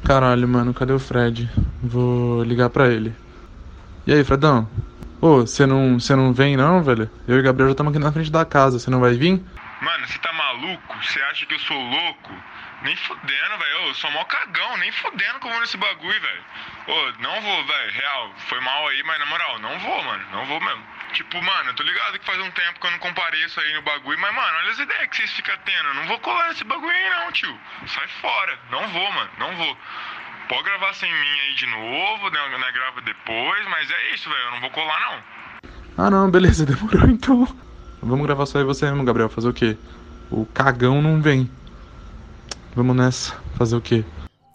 Caralho, mano, cadê o Fred? Vou ligar pra ele. E aí, Fredão? Ô, você não vem não, velho? Eu e o Gabriel já estamos aqui na frente da casa, você não vai vir? Mano, você tá maluco? Você acha que eu sou louco? Nem fudendo, velho. Eu sou mó cagão, nem fudendo que eu vou nesse bagulho, velho. Ô, não vou, velho. Real, foi mal aí, mas na moral, não vou, mano. Não vou mesmo. Tipo, mano, eu tô ligado que faz um tempo que eu não compareço aí no bagulho, mas, mano, olha as ideias que vocês ficam tendo. Eu não vou colar nesse bagulho aí, não, tio. Sai fora. Não vou, mano. Não vou. Pode gravar sem mim aí de novo, né? Grava depois, mas é isso, velho. Eu não vou colar, não. Ah não, beleza, demorou então. Vamos gravar só eu e você mesmo, Gabriel, fazer o quê? O cagão não vem. Vamos nessa, fazer o quê?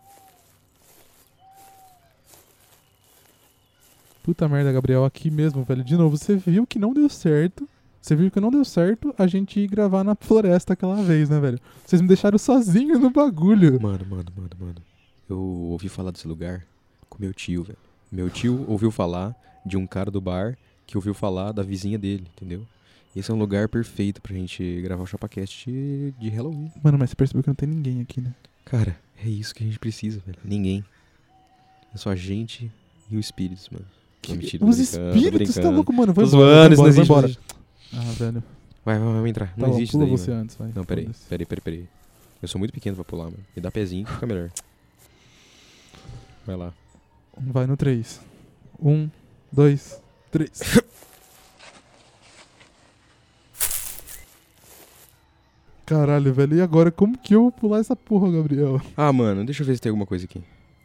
Puta merda, Gabriel, aqui mesmo, velho. De novo, você viu que não deu certo. Você viu que não deu certo a gente ir gravar na floresta aquela vez, né, velho? Vocês me deixaram sozinho no bagulho. Mano. Eu ouvi falar desse lugar com meu tio, velho. Meu tio ouviu falar de um cara do bar que ouviu falar da vizinha dele, entendeu? Esse é um lugar perfeito pra gente gravar o ChapaCast de Halloween. Mano, mas você percebeu que não tem ninguém aqui, né? Cara, é isso que a gente precisa, velho. Ninguém. É só a gente e os espíritos, mano. Não, mentira, Os tô brincando, espíritos, tá louco, mano? Vai Tô embora, zoando, isso não vai existe. embora. Não existe. Ah, velho. Vai entrar. Tá Não bom, existe pula daí, você mano. antes, vai. Não, peraí. Foda-se. Eu sou muito pequeno pra pular, mano. Me dá pezinho que fica melhor. Vai lá. Vai no 3. 1, 2, 3. Caralho, velho. E agora, como que eu vou pular essa porra, Gabriel? Ah, mano, deixa eu ver se tem alguma coisa aqui.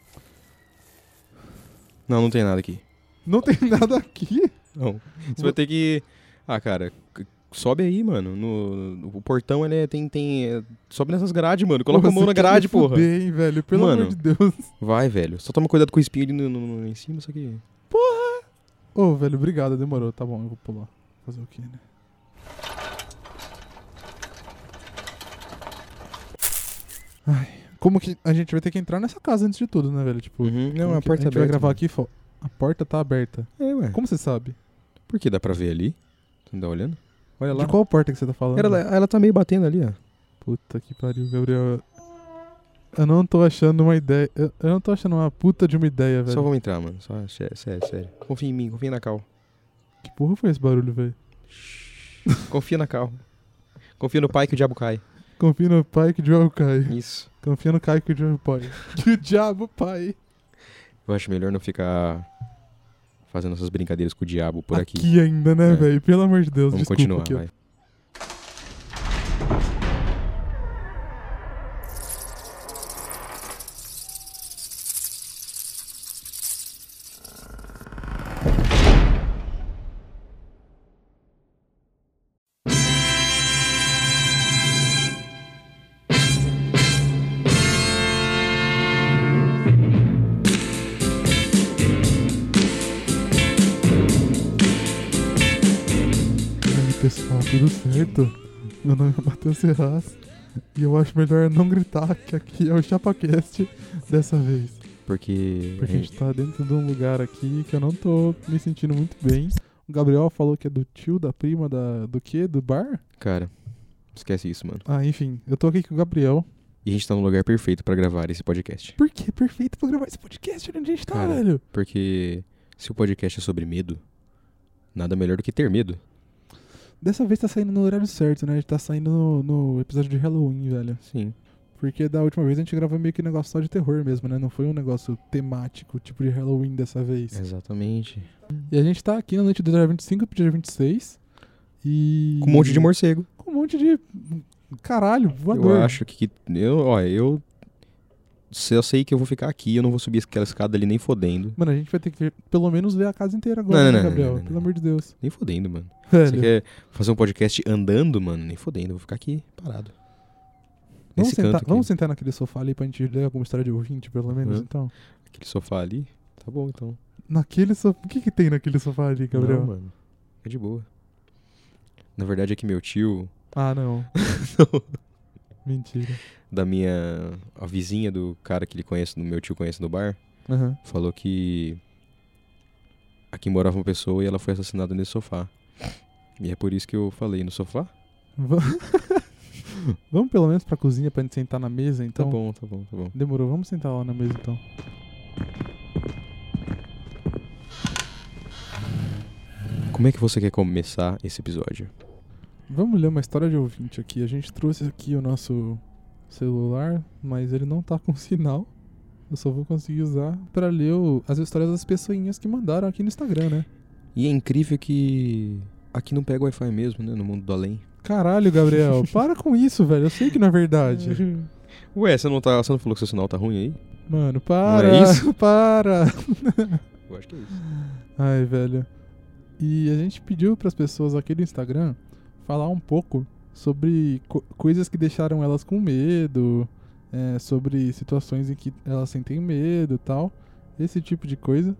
Não tem nada aqui. Não tem nada aqui? Não. Você vai ter que... Ah, cara, sobe aí, mano. O portão, ele sobe nessas grades, mano. Coloca a mão na grade, porra. Bem, velho. Pelo Mano. amor de Deus. Vai, velho. Só toma cuidado com o espinho ali em cima, isso aqui. Ô, velho, obrigado. Demorou. Tá bom, eu vou pular. Fazer o quê, né? Ai, como que a gente vai ter que entrar nessa casa antes de tudo, né, velho? Tipo, Não, como a que porta a é gente vai aberta. gravar Mano. aqui fora. A porta tá aberta. É, ué. Como você sabe? Por que dá pra ver ali? Você não tá olhando? Olha lá. De qual porta que você tá falando? Ela tá meio batendo ali, ó. Puta que pariu, Gabriel. Eu não tô achando uma ideia. Eu não tô achando uma puta de uma ideia, velho. Só vamos entrar, mano. Só, sério. Confia em mim, confia na Cal. Que porra foi esse barulho, velho? Confia na Cal. Confia no pai que o diabo cai. Confia no pai que o diabo cai. Isso. Confia no Caio que o diabo pai. Que o diabo pai. Eu acho melhor não ficar fazendo essas brincadeiras com o diabo por aqui. Aqui ainda, né, É. velho? Pelo amor de Deus, Vamos desculpa. continuar, aqui, ó. vai. E aí, pessoal, tudo certo? Meu nome é Matheus Serraz. E eu acho melhor não gritar que aqui é o ChapaCast dessa vez. Porque Porque a gente tá dentro de um lugar aqui que eu não tô me sentindo muito bem. O Gabriel falou que é do tio, da prima, do quê? Do bar? Cara, esquece isso, mano. Ah, enfim, eu tô aqui com o Gabriel. E a gente tá no lugar perfeito pra gravar esse podcast. Por que é perfeito pra gravar esse podcast onde a gente tá, Cara, velho? Porque se o podcast é sobre medo, nada melhor do que ter medo. Dessa vez tá saindo no horário certo, né? A gente tá saindo no episódio de Halloween, velho. Sim. Porque da última vez a gente gravou meio que negócio só de terror mesmo, né? Não foi um negócio temático, tipo de Halloween dessa vez. Exatamente. E a gente tá aqui na noite do dia 25 pro dia 26. E... Com um monte de morcego. Com um monte de... Caralho, voador. Eu acho que... Eu sei que eu vou ficar aqui, eu não vou subir aquela escada ali nem fodendo. Mano, a gente vai ter que pelo menos ver a casa inteira agora, né, Gabriel? não. Pelo amor de Deus. Nem fodendo, mano. Velho, Você quer fazer um podcast andando, mano? Nem fodendo, eu vou ficar aqui parado. Nesse canto aqui. vamos sentar naquele sofá ali pra gente ler alguma história de ouvinte, pelo menos, Uhum. então. Aquele sofá ali, tá bom então. Naquele sofá... O que tem naquele sofá ali, Gabriel? Não, mano. É de boa. Na verdade é que meu tio, Ah, não. Mentira. a vizinha do cara que meu tio conhece no bar, Aham. falou que aqui morava uma pessoa e ela foi assassinada nesse sofá. E é por isso que eu falei no sofá. Vamos pelo menos pra cozinha pra gente sentar na mesa, então? Tá bom, tá bom, tá bom. Demorou, vamos sentar lá na mesa, então. Como é que você quer começar esse episódio? Vamos ler uma história de ouvinte aqui. A gente trouxe aqui o nosso celular, mas ele não tá com sinal. Eu só vou conseguir usar pra ler as histórias das pessoinhas que mandaram aqui no Instagram, né? E é incrível que aqui não pega Wi-Fi mesmo, né? No mundo do além. Caralho, Gabriel, para com isso, velho. Eu sei que não é verdade. Ué, você não falou que seu sinal tá ruim aí? Mano, para. Não é isso? Para. Eu acho que é isso. Ai, velho. E a gente pediu pras pessoas aqui do Instagram falar um pouco sobre coisas que deixaram elas com medo, sobre situações em que elas sentem medo e tal, esse tipo de coisa.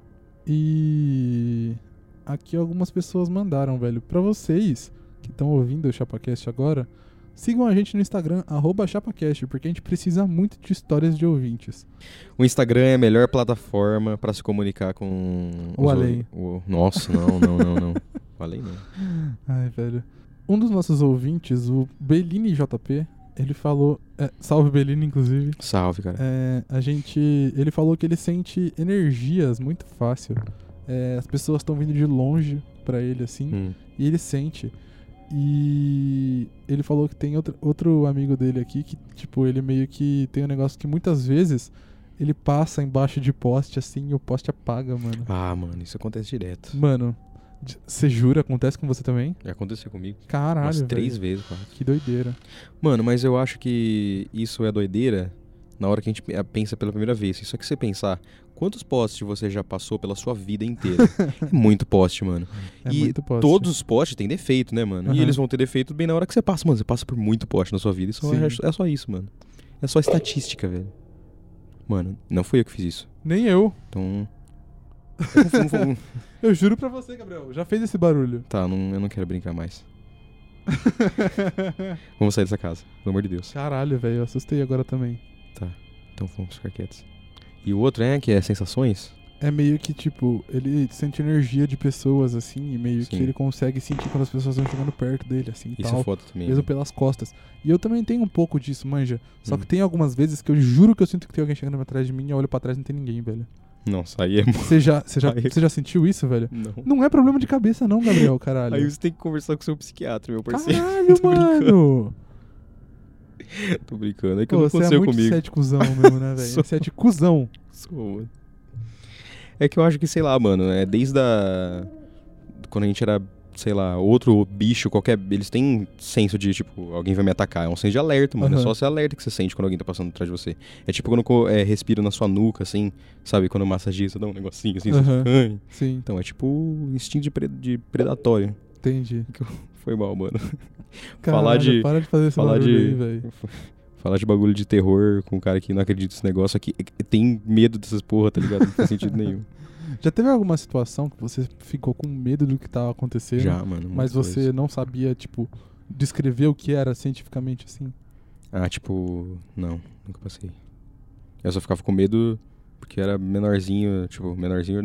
E aqui algumas pessoas mandaram, velho. Pra vocês que estão ouvindo o ChapaCast agora, sigam a gente no Instagram, @ChapaCast, porque a gente precisa muito de histórias de ouvintes. O Instagram é a melhor plataforma pra se comunicar com... O além. Nossa, não. O além não. Ai, velho. Um dos nossos ouvintes, o Bellini JP, ele falou... salve, Bellini, inclusive. Salve, cara. Ele falou que ele sente energias muito fácil. As pessoas estão vindo de longe pra ele, assim, e ele sente. E ele falou que tem outro amigo dele aqui que, tipo, ele meio que tem um negócio que muitas vezes ele passa embaixo de poste, assim, e o poste apaga, mano. Ah, mano, isso acontece direto. Mano, você jura? Acontece com você também? Já aconteceu comigo. Caralho, umas velho. 3 vezes, quase. Que doideira. Mano, mas eu acho que isso é doideira na hora que a gente pensa pela primeira vez. Só que você pensar, quantos postes você já passou pela sua vida inteira? É muito poste, mano. É e muito poste. todos os postes têm defeito, né, mano? Uhum. E eles vão ter defeito bem na hora que você passa. Mano, você passa por muito poste na sua vida. Isso é só isso, mano. É só estatística, velho. Mano, não fui eu que fiz isso. Nem eu. Então... Eu juro pra você, Gabriel. Já fez esse barulho. Tá, eu não quero brincar mais. Vamos sair dessa casa, pelo amor de Deus. Caralho, velho. Eu assustei agora também. Tá, então vamos ficar quietos. E o outro que é sensações? É meio que, tipo, ele sente energia de pessoas, assim, e meio que ele consegue sentir quando as pessoas estão chegando perto dele, assim, isso tal. é foda também. Mesmo né? pelas costas. E eu também tenho um pouco disso, manja. Só que tem algumas vezes que eu juro que eu sinto que tem alguém chegando atrás de mim e eu olho pra trás e não tem ninguém, velho. Nossa, aí é... Você já sentiu isso, velho? Não. Não é problema de cabeça não, Gabriel, caralho. Aí você tem que conversar com o seu psiquiatra, meu parceiro. Caralho, mano! Tô brincando, é que Pô, não você é aconteceu muito comigo. céticozão mesmo, né, velho? Céticozão. Sou, mano. É que eu acho que, sei lá, mano, desde quando a gente era, sei lá, outro bicho qualquer, eles têm senso de, tipo, alguém vai me atacar. É um senso de alerta, mano. É só ser alerta que você sente quando alguém tá passando atrás de você. É tipo quando respira na sua nuca, assim, sabe? Quando massageia, você dá um negocinho, assim, você fica... Ai. Sim. Então, é tipo instinto de predatório. Entendi. Foi mal, mano. Caralho, para de fazer esse barulho aí, velho. Falar de bagulho de terror com um cara que não acredita nesse negócio aqui, tem medo dessas porra, tá ligado? Não faz sentido nenhum. Já teve alguma situação que você ficou com medo do que tava acontecendo? Já, mano. Mas você não sabia, tipo, descrever o que era cientificamente, assim? Ah, tipo... Não, nunca passei. Eu só ficava com medo porque era menorzinho, tipo,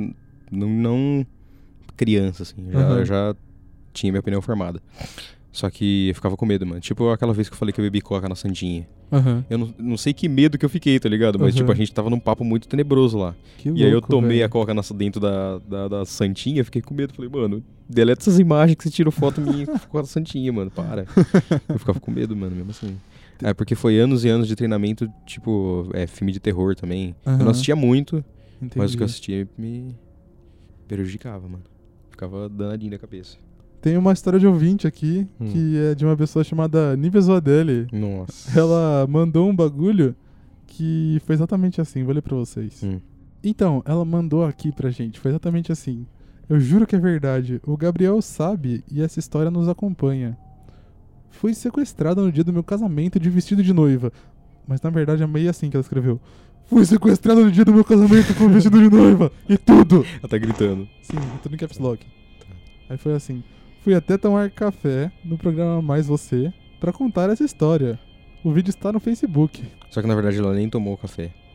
não criança, assim. Eu já tinha minha opinião formada. Só que eu ficava com medo, mano. Tipo aquela vez que eu falei que eu bebi coca na Santinha. Eu não sei que medo que eu fiquei, tá ligado? Mas, tipo, a gente tava num papo muito tenebroso lá. Que e aí eu louco, tomei velho. a coca dentro da Santinha, fiquei com medo. Falei, mano, deleta essas imagens que você tirou foto minha com a Santinha, mano. Para. Eu ficava com medo, mano, mesmo assim. É, porque foi anos e anos de treinamento, tipo, filme de terror também. Eu não assistia muito, mas o que eu assistia me prejudicava, mano. Ficava danadinho na cabeça. Tem uma história de ouvinte aqui, que é de uma pessoa chamada Nívia Zoadelli. Nossa. Ela mandou um bagulho que foi exatamente assim, vou ler pra vocês. Então, ela mandou aqui pra gente, foi exatamente assim. Eu juro que é verdade, o Gabriel sabe e essa história nos acompanha. Fui sequestrada no dia do meu casamento de vestido de noiva. Mas na verdade é meio assim que ela escreveu. Fui sequestrada no dia do meu casamento com vestido de noiva. E tudo. Ela tá gritando. Sim, tudo em caps lock. Aí foi assim. Fui até tomar café no programa Mais Você pra contar essa história. O vídeo está no Facebook. Só que na verdade ela nem tomou o café.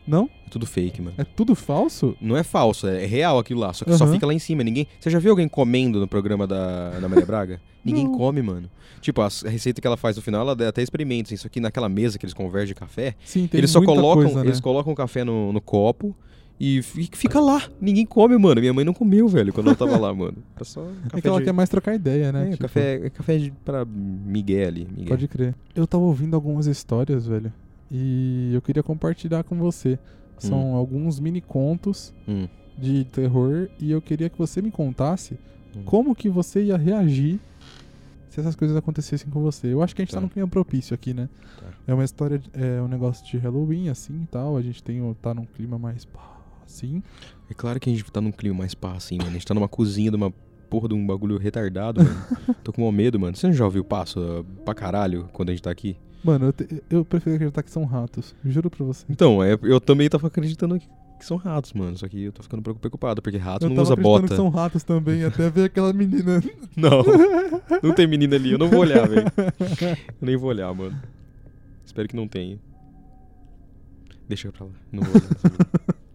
Não? É tudo fake, mano. É tudo falso? Não é falso, é real aquilo lá. Só que só fica lá em cima. Ninguém... Você já viu alguém comendo no programa da Maria Braga? Ninguém come, mano. Tipo, a receita que ela faz no final, ela até experimenta. Assim, isso aqui naquela mesa que eles convergem de café. Sim, tem eles só muita colocam, coisa, né? eles colocam o café no copo e fica lá. Ninguém come, mano. Minha mãe não comeu, velho, quando ela tava lá, mano. Era só café É que ela quer mais trocar ideia, né? tipo... café pra Miguel ali. Miguel. Pode crer. Eu tava ouvindo algumas histórias, velho, e eu queria compartilhar com você. São alguns mini contos de terror e eu queria que você me contasse como que você ia reagir se essas coisas acontecessem com você. Eu acho que a gente tá num clima propício aqui, né? Tá. É uma história, é um negócio de Halloween, assim, e tal. A gente tá num clima mais assim. É claro que a gente tá num clima mais pá, assim, mano. A gente tá numa cozinha de uma porra de um bagulho retardado, mano. Tô com maior medo, mano. Você não já ouviu passo pra caralho quando a gente tá aqui? Mano, eu prefiro acreditar que são ratos. Juro pra você. Então, eu também tava acreditando que são ratos, mano. Só que eu tô ficando preocupado, porque rato não usa bota. Eu tava acreditando que são ratos também, até ver aquela menina. Não tem menina ali. Eu não vou olhar, velho. Eu nem vou olhar, mano. Espero que não tenha. Deixa eu pra lá. Não vou olhar.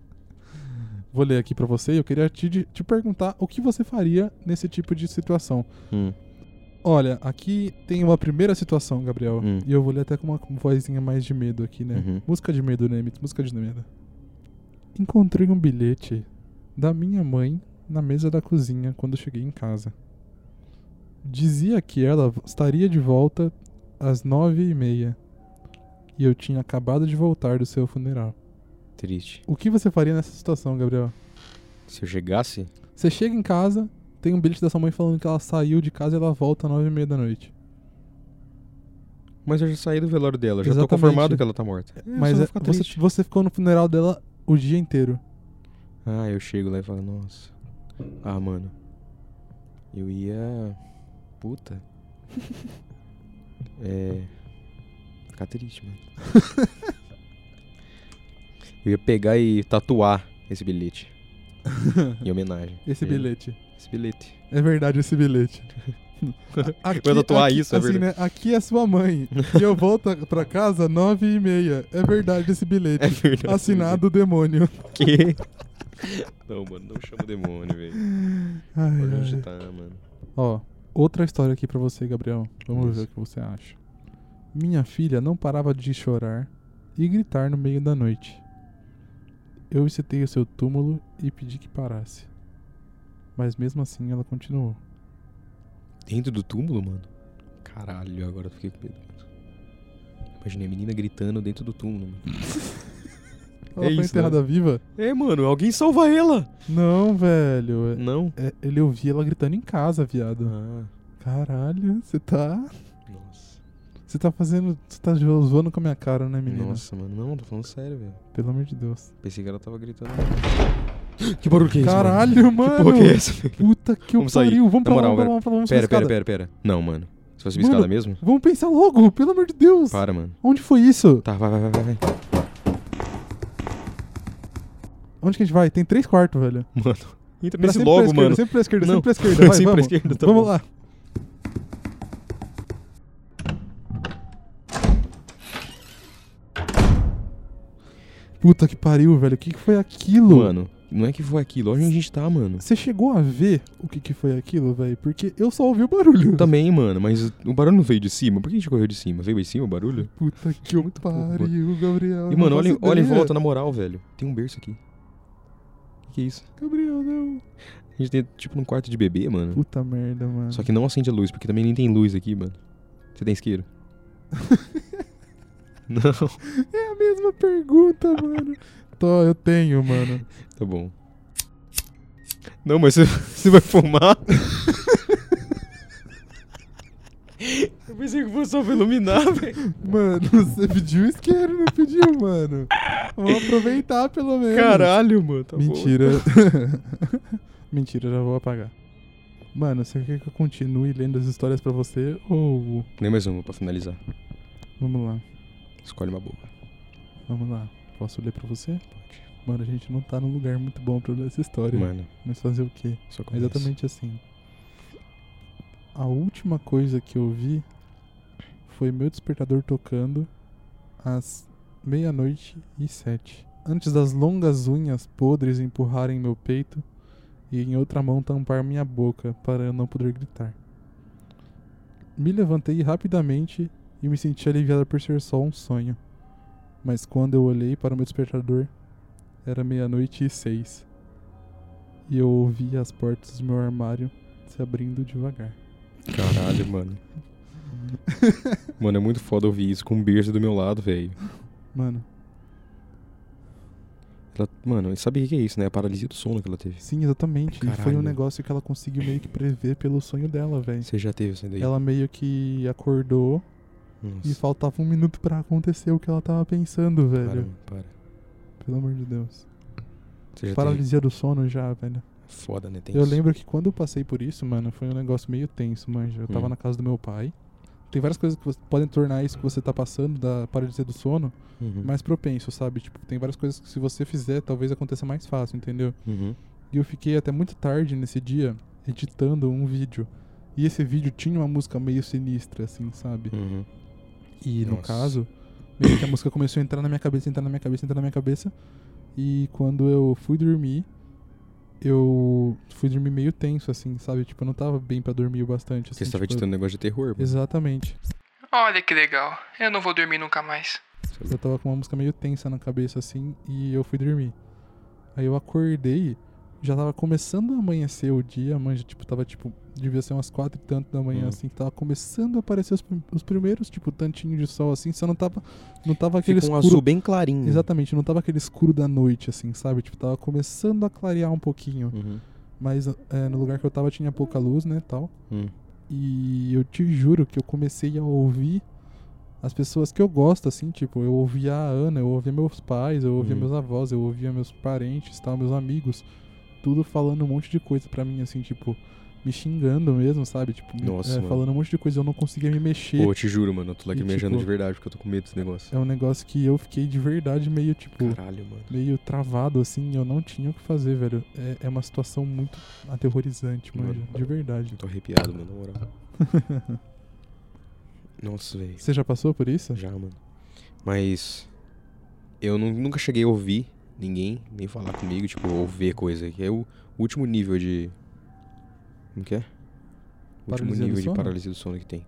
Vou ler aqui pra você e eu queria te perguntar o que você faria nesse tipo de situação. Olha, aqui tem uma primeira situação, Gabriel. E eu vou ler até com uma vozinha mais de medo aqui, né? Música de medo, né? Música de medo. Encontrei um bilhete da minha mãe na mesa da cozinha quando cheguei em casa. Dizia que ela estaria de volta às 9h30. E eu tinha acabado de voltar do seu funeral. Triste. O que você faria nessa situação, Gabriel? Se eu chegasse? Você chega em casa, tem um bilhete da sua mãe falando que ela saiu de casa e ela volta às 9h30. Mas eu já saí do velório dela, já Exatamente. tô conformado que ela tá morta. Mas você ficou no funeral dela o dia inteiro. Ah, eu chego lá e falo, nossa. Ah, mano. Eu ia... Puta. Ficar triste, mano. Eu ia pegar e tatuar esse bilhete. Em homenagem. Esse bilhete. Esse bilhete. É verdade, esse bilhete. Aqui, eu ia tatuar isso, assim, verdade. Né? Aqui é sua mãe. E eu volto pra casa 9h30. É verdade esse bilhete. É verdade. Assinado o demônio. Que? Não, mano, não chama o demônio, velho. Olha onde tá, mano. Ó, outra história aqui pra você, Gabriel. Vamos ver o que você acha. Minha filha não parava de chorar e gritar no meio da noite. Eu visitei o seu túmulo e pedi que parasse. Mas mesmo assim ela continuou. Dentro do túmulo, mano? Caralho, agora eu fiquei com medo, mano. Imaginei a menina gritando dentro do túmulo, mano. Ela foi enterrada viva? Mano, alguém salva ela! Não, velho. Não? Ele ouvia ela gritando em casa, viado. Ah. Caralho, você tá... Nossa. Você tá zoando com a minha cara, né, menina? Nossa, mano, não, tô falando sério, velho. Pelo amor de Deus. Pensei que ela tava gritando. Que barulho que é esse, Caralho, mano? Que porra que é essa, velho? Puta que o pariu. Vamos pra lá, vamos subir a escada. Pera. Não, mano. Você vai subir a escada mesmo? Vamos pensar logo, pelo amor de Deus. Para, mano. Onde foi isso? Tá, vai. Onde que a gente vai? Tem 3 quartos, velho. Mano, entra nesse logo, mano. Sempre pra esquerda, não. sempre pra esquerda. Vai, sempre vamos. pra esquerda, tá vamos bom. lá. Puta que pariu, velho. O que foi aquilo? Mano, não é que foi aquilo. Onde a gente tá, mano? Você chegou a ver o que foi aquilo, velho? Porque eu só ouvi o barulho. Também, mano. Mas o barulho não veio de cima. Por que a gente correu de cima? Veio de cima o barulho? Puta que pariu, Gabriel. E, mano, olha em volta, na moral, velho. Tem um berço aqui. O que é isso? Gabriel, não. A gente tem, tipo, um quarto de bebê, mano. Puta merda, mano. Só que não acende a luz, porque também nem tem luz aqui, mano. Você tem isqueiro? Não. É a mesma pergunta, mano. Eu tenho, mano. Tá bom. Não, mas você vai fumar? Eu pensei que fosse só pra iluminar, velho. Mano, você pediu isqueiro, não pediu, mano. Vamos aproveitar, pelo menos. Caralho, mano. Tá Mentira. Mentira, já vou apagar. Mano, você quer que eu continue lendo as histórias pra você ou... Nem mais uma pra finalizar. Vamos lá. Escolhe uma boa. Vamos lá. Posso ler pra você? Pode. Mano, a gente não tá num lugar muito bom pra ler essa história. Mano. Mas fazer o quê? Só É exatamente assim. A última coisa que eu vi foi meu despertador tocando às 00:07. antes das longas unhas podres empurrarem meu peito e em outra mão tampar minha boca para eu não poder gritar. Me levantei rapidamente e me senti aliviada por ser só um sonho. Mas quando eu olhei para o meu despertador, era 00:06. E eu ouvi as portas do meu armário se abrindo devagar. Caralho, mano. Mano, é muito foda ouvir isso com um berço do meu lado, velho. Mano, Mano, sabe o que é isso, né? A paralisia do sono que ela teve. sim, exatamente. E foi um Caralho. negócio que ela conseguiu meio que prever pelo sonho dela, velho. Você já teve isso daí? Ela meio que acordou e Nossa. faltava 1 minuto pra acontecer o que ela tava pensando, velho. Para. Pelo amor de Deus. Você já teve? Paralisia do sono já, velho. Foda, né? Tem Eu isso. lembro que quando eu passei por isso, mano, foi um negócio meio tenso, manja. Eu tava na casa do meu pai. Tem várias coisas que podem tornar isso que você tá passando, da paralisia do sono, Uhum. mais propenso, sabe? Tipo, tem várias coisas que se você fizer, talvez aconteça mais fácil, entendeu? Uhum. E eu fiquei até muito tarde nesse dia editando um vídeo. E esse vídeo tinha uma música meio sinistra, assim, sabe? Uhum. E no Nossa. caso, meio que a música começou a entrar na minha cabeça, entrar na minha cabeça, entrar na minha cabeça. E quando eu fui dormir, eu fui dormir meio tenso, assim, sabe? Tipo, eu não tava bem pra dormir bastante. Porque Assim, você tava tipo, editando um negócio de terror, mano. Exatamente. Olha que legal. Eu não vou dormir nunca mais. Eu tava com uma música meio tensa na cabeça, assim, e eu fui dormir. Aí eu acordei, já tava começando a amanhecer o dia, manja, tipo, tava, tipo, devia ser umas 4 e tanto da manhã, assim, que tava começando a aparecer os primeiros, tipo, tantinhos de sol, assim, só não tava aquele Fica um escuro... azul bem clarinho. Exatamente, não tava aquele escuro da noite, assim, sabe? Tipo, tava começando a clarear um pouquinho. Uhum. Mas no lugar que eu tava tinha pouca luz, né, tal. Hum. E eu te juro que eu comecei a ouvir as pessoas que eu gosto, assim, tipo, eu ouvia a Ana, eu ouvia meus pais, eu ouvia meus avós, eu ouvia meus parentes, tal, meus amigos, tudo falando um monte de coisa pra mim, assim, tipo, me xingando mesmo, sabe? Tipo, Nossa, mano. falando um monte de coisa, eu não conseguia me mexer. Pô, eu te juro, mano, eu tô E, lacrimejando tipo, de verdade, porque eu tô com medo desse negócio. É um negócio que eu fiquei de verdade meio, tipo, Caralho, mano. meio travado, assim, eu não tinha o que fazer, velho. É uma situação muito aterrorizante, manja, de verdade. Eu tô arrepiado, mano, na moral. Nossa, velho. Você já passou por isso? Já, mano. Mas eu nunca cheguei a ouvir ninguém nem falar comigo, tipo, ou ver coisa. Que é o último nível de... Como que é? O último Paralisia do nível de sono? paralisia do sono que tem.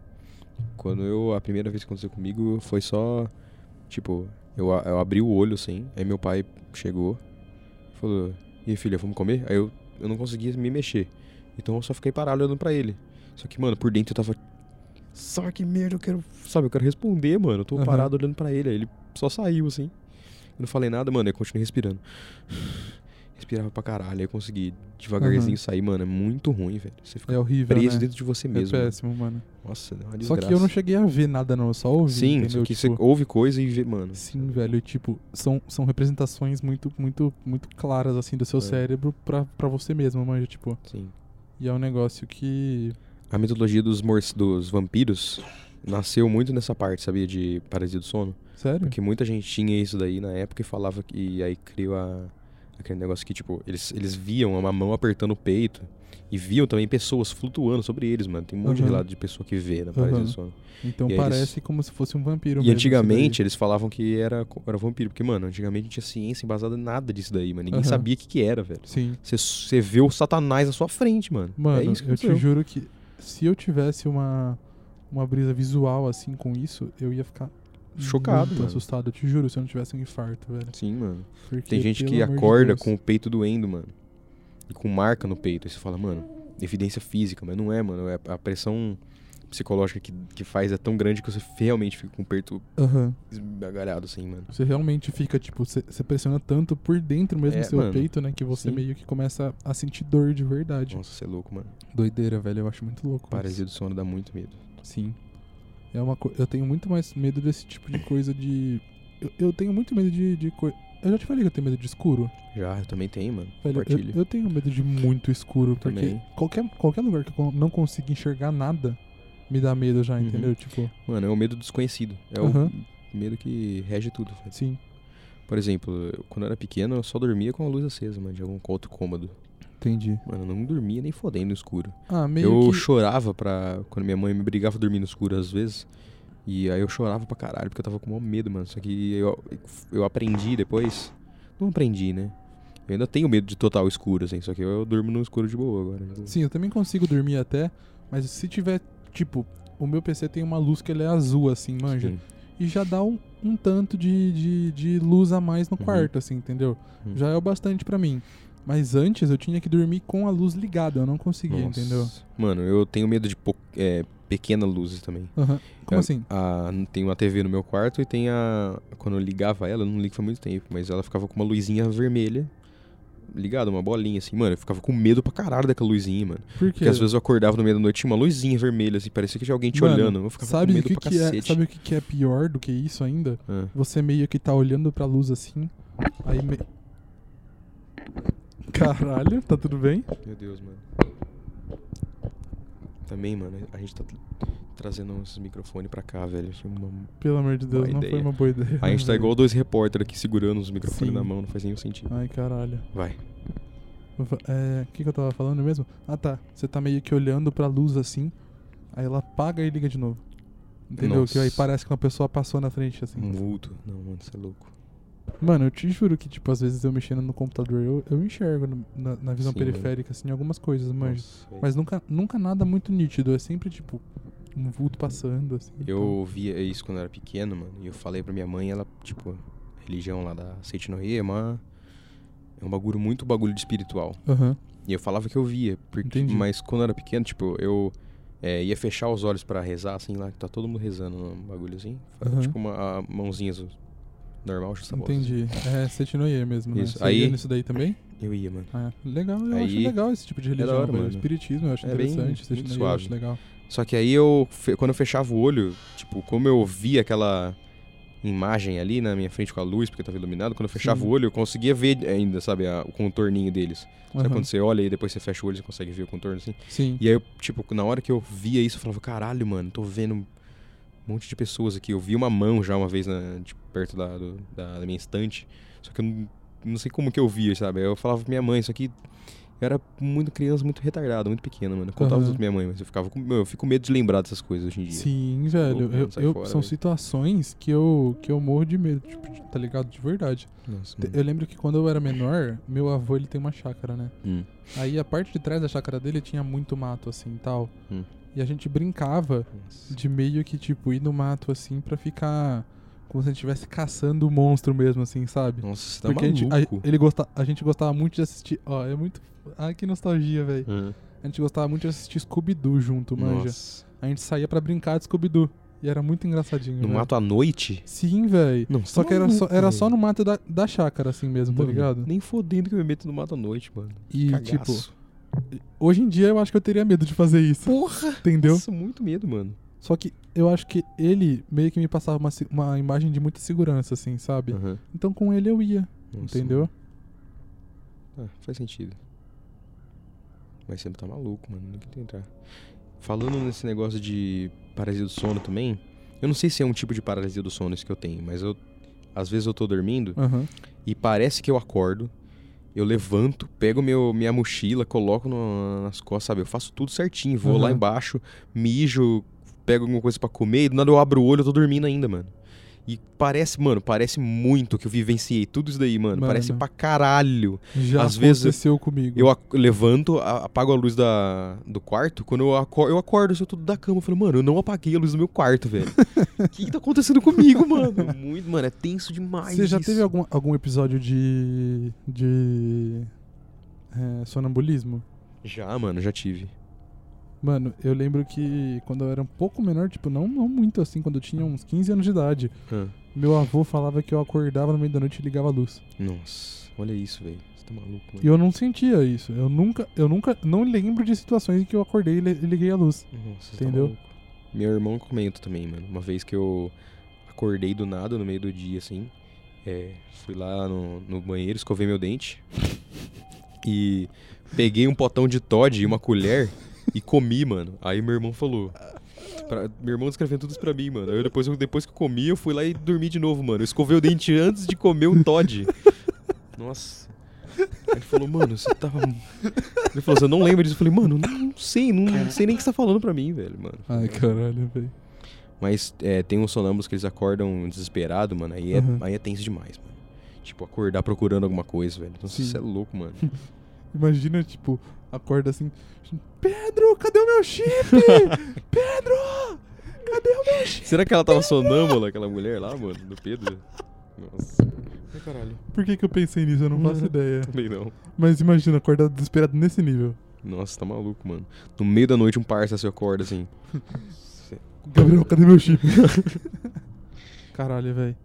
A primeira vez que aconteceu comigo foi só, tipo, eu abri o olho assim, aí meu pai chegou, falou, e aí, filha, vamos comer? Aí eu não conseguia me mexer. Então eu só fiquei parado olhando pra ele. Só que, mano, por dentro eu tava... Sabe que merda, eu quero responder, mano. Eu tô parado olhando pra ele. Aí ele só saiu, assim. Eu não falei nada, mano. Eu continuei respirando. Respirava pra caralho. Aí eu consegui devagarzinho sair, mano. É muito ruim, velho. Você fica É horrível, preso né? dentro de você mesmo. É péssimo, mano. Nossa, deu uma Só desgraça. que eu não cheguei a ver nada, não. Eu só ouvi, Sim, entendeu? só que Tipo, você ouve coisa e vê, mano. sim, velho. E, tipo, são representações muito, muito, muito claras, assim, do seu cérebro pra você mesmo, manja, tipo. Sim. E é um negócio que... A mitologia dos vampiros nasceu muito nessa parte, sabia? De paralisia do sono. Sério? Porque muita gente tinha isso daí na época e falava que... E aí criou aquele negócio que, tipo, eles viam uma mão apertando o peito e viam também pessoas flutuando sobre eles, mano. Tem um monte de relato de pessoa que vê na paralisia do sono. Então E aí parece como se fosse um vampiro E mesmo, antigamente eles falavam que era vampiro. Porque, mano, antigamente não tinha ciência embasada em nada disso daí, mano. Ninguém sabia o que era, velho. Sim. Você vê o Satanás na sua frente, mano. Mano, É isso que eu te aconteceu. juro que se eu tivesse uma brisa visual assim com isso, eu ia ficar Chocado, muito mano. assustado. Eu te juro, se eu não tivesse um infarto, velho. Sim, mano. Porque, Tem gente pelo que amor de acorda Deus. com o peito doendo, mano. E com marca no peito. Aí você fala, mano, evidência física. Mas não é, mano. É a pressão psicológica que faz é tão grande que você realmente fica com o peito esbagalhado, assim, mano. Você realmente fica, tipo, você pressiona tanto por dentro mesmo do seu mano. peito, né? Que você Sim. meio que começa a sentir dor de verdade. Nossa, você é louco, mano. Doideira, velho. Eu acho muito louco. Paralisia do sono dá muito medo. Sim. Eu tenho muito mais medo desse tipo de coisa de... Eu tenho muito medo de coisa... Eu já te falei que eu tenho medo de escuro. Já, eu também tenho, mano. Velho, Compartilha. eu tenho medo de muito escuro, Também. porque qualquer lugar que eu não consiga enxergar nada me dá medo já, entendeu? Tipo, Mano, é o medo desconhecido. É o medo que rege tudo, velho. sim. Por exemplo, quando eu era pequeno, eu só dormia com a luz acesa, mano, de algum outro cômodo. Entendi. Mano, eu não dormia nem fodendo no escuro. Ah, meio Eu que... chorava quando minha mãe me brigava dormir no escuro às vezes. E aí eu chorava pra caralho, porque eu tava com maior medo, mano. Só que eu aprendi depois, não aprendi, né? Eu ainda tenho medo de total escuro, assim, só que eu durmo no escuro de boa agora. Sim, eu também consigo dormir até, mas se tiver, tipo, o meu PC tem uma luz que ele é azul, assim, manja. Sim. E já dá um tanto de luz a mais no quarto, assim, entendeu? Já é o bastante pra mim. Mas antes eu tinha que dormir com a luz ligada, eu não conseguia, Nossa. entendeu? Mano, eu tenho medo de pequena luzes também. Como assim? Tem uma TV no meu quarto e tem quando eu ligava ela, eu não ligo faz muito tempo, mas ela ficava com uma luzinha vermelha ligada, uma bolinha assim, mano. Eu ficava com medo pra caralho daquela luzinha, mano. Por quê? Porque às vezes eu acordava no meio da noite e tinha uma luzinha vermelha, assim, parecia que tinha alguém te olhando. Eu ficava sabe com medo pra cacete. Sabe o que é pior do que isso ainda? Você meio que tá olhando pra luz assim, aí Caralho, tá tudo bem? Meu Deus, mano. Também, mano, a gente tá trazendo esses microfones pra cá, velho. Pelo amor de Deus, não foi uma boa ideia. A gente tá igual dois repórteres aqui segurando os microfones Sim. na mão, não faz nenhum sentido. Ai, caralho. Vai. O que eu tava falando mesmo? Ah, tá. Você tá meio que olhando pra luz assim, aí ela apaga e liga de novo. Entendeu? Nossa. Que aí parece que uma pessoa passou na frente, assim. Um vulto. Não, mano, você é louco. Mano, eu te juro que, tipo, às vezes eu mexendo no computador, eu enxergo na visão Sim, periférica, assim, algumas coisas, manja. Nossa, Mas nunca nada muito nítido, é sempre, tipo, um vulto passando, assim. eu via isso quando eu era pequeno, mano, e eu falei pra minha mãe, ela, tipo, a religião lá da Seitinoye é um bagulho de espiritual. Aham. E eu falava que eu via, Entendi. mas quando eu era pequeno, tipo, eu ia fechar os olhos pra rezar, assim, lá, que tá todo mundo rezando num bagulho assim. Tipo, uma mãozinha normal, justa bola. Entendi. É Seitinoye mesmo, né? Isso. Você Aí- ia nisso daí também? Eu ia, mano. Ah, legal, eu Aí- acho legal esse tipo de religião, da hora, velho. mano. Espiritismo, eu acho É bem- interessante. muito Seitinoye eu suave. acho legal. Só que aí quando eu fechava o olho, tipo, como eu via aquela imagem ali na minha frente com a luz, porque tava iluminado, quando eu fechava Sim. o olho, eu conseguia ver ainda, sabe, o contorninho deles. Sabe Aham. quando você olha e depois você fecha o olho, você consegue ver o contorno assim? Sim. E aí, tipo, na hora que eu via isso, eu falava, caralho, mano, tô vendo um monte de pessoas aqui. Eu vi uma mão já uma vez tipo, perto da minha estante, só que eu não sei como que eu via, sabe? Aí eu falava pra minha mãe, isso aqui... Eu era muito criança, muito retardado, muito pequena, mano. Eu contava Aham. tudo pra minha mãe, mas eu fico com medo de lembrar dessas coisas hoje em dia. Sim, velho. Louco, mano, sai fora, São velho. situações que eu morro de medo, tipo, tá ligado? De verdade. Nossa, Eu lembro que quando eu era menor, meu avô, ele tem uma chácara, né? Aí a parte de trás da chácara dele tinha muito mato, assim, e tal. E a gente brincava Nossa. de meio que, tipo, ir no mato, assim, pra ficar... Como se a gente estivesse caçando o monstro mesmo, assim, sabe? Nossa, você tá Porque maluco. a gente gostava muito de assistir... Ó, é muito... Ai, que nostalgia, velho. A gente gostava muito de assistir Scooby-Doo junto, manja. Nossa. A gente saía pra brincar de Scooby-Doo. E era muito engraçadinho, No velho. mato à noite? Sim, velho. Não, Só tá que maluco, era só velho. no mato da chácara, assim mesmo, tá Mano, ligado? Nem fodendo que eu me meto no mato à noite, mano. E, Cagaço. tipo, hoje em dia eu acho que eu teria medo de fazer isso. Porra! Entendeu? Nossa, muito medo, mano. Só que eu acho que ele meio que me passava uma imagem de muita segurança, assim, sabe? Aham. Então com ele eu ia, Nossa, entendeu? Faz sentido. Mas sempre tá maluco, mano. Não tem que entrar. Falando nesse negócio de paralisia do sono também, eu não sei se é um tipo de paralisia do sono isso que eu tenho, mas às vezes eu tô dormindo Aham. e parece que eu acordo, eu levanto, pego minha mochila, coloco nas costas, sabe? Eu faço tudo certinho, vou lá Aham. embaixo, mijo, pego alguma coisa pra comer e do nada eu abro o olho e eu tô dormindo ainda, mano. E parece muito que eu vivenciei tudo isso daí, mano. Mano. Parece pra caralho. Já Às vezes aconteceu comigo. Eu levanto, apago a luz do quarto. Quando eu acordo, eu sou tudo da cama. Eu falo, mano, eu não apaguei a luz do meu quarto, velho. O que tá acontecendo comigo, mano? Mano, é tenso demais. Você já isso. teve algum episódio de sonambulismo? Já, mano, já tive. Mano, eu lembro que quando eu era um pouco menor, tipo, não muito assim, quando eu tinha uns 15 anos de idade, meu avô falava que eu acordava no meio da noite e ligava a luz. Nossa, olha isso, velho. Você tá maluco, mano. E eu não sentia isso. Eu nunca, não lembro de situações em que eu acordei e liguei a luz. Nossa, você Entendeu? tá maluco. Meu irmão comenta também, mano. Uma vez que eu acordei do nada, no meio do dia, assim. Fui lá no banheiro, escovei meu dente. E peguei um potão de Toddy e uma colher e comi, mano. Aí meu irmão falou... Meu irmão descrevendo tudo isso pra mim, mano. Aí depois que eu comi, eu fui lá e dormi de novo, mano. Eu escovei o dente antes de comer um Toddy. Nossa. Aí ele falou, mano, você tava... Ele falou, você não lembra disso? Eu falei, mano, não sei nem o que você tá falando pra mim, velho, mano. Ai, caralho, velho. Mas tem uns sonâmbulos que eles acordam desesperado, mano. Aí é tenso demais, mano. Tipo, acordar procurando alguma coisa, velho. Nossa, Sim. isso é louco, mano. Imagina, tipo, acorda assim... Pedro, cadê o meu chip? Pedro! Cadê o meu chip? Será que ela tava sonâmbula, aquela mulher lá, mano? Do Pedro? Nossa. Ai, caralho. Por que eu pensei nisso? Eu não faço ideia. Também não. Mas imagina, acordar desesperado nesse nível. Nossa, tá maluco, mano. No meio da noite um parça se acorda assim. Gabriel, cadê meu chip? Caralho, velho.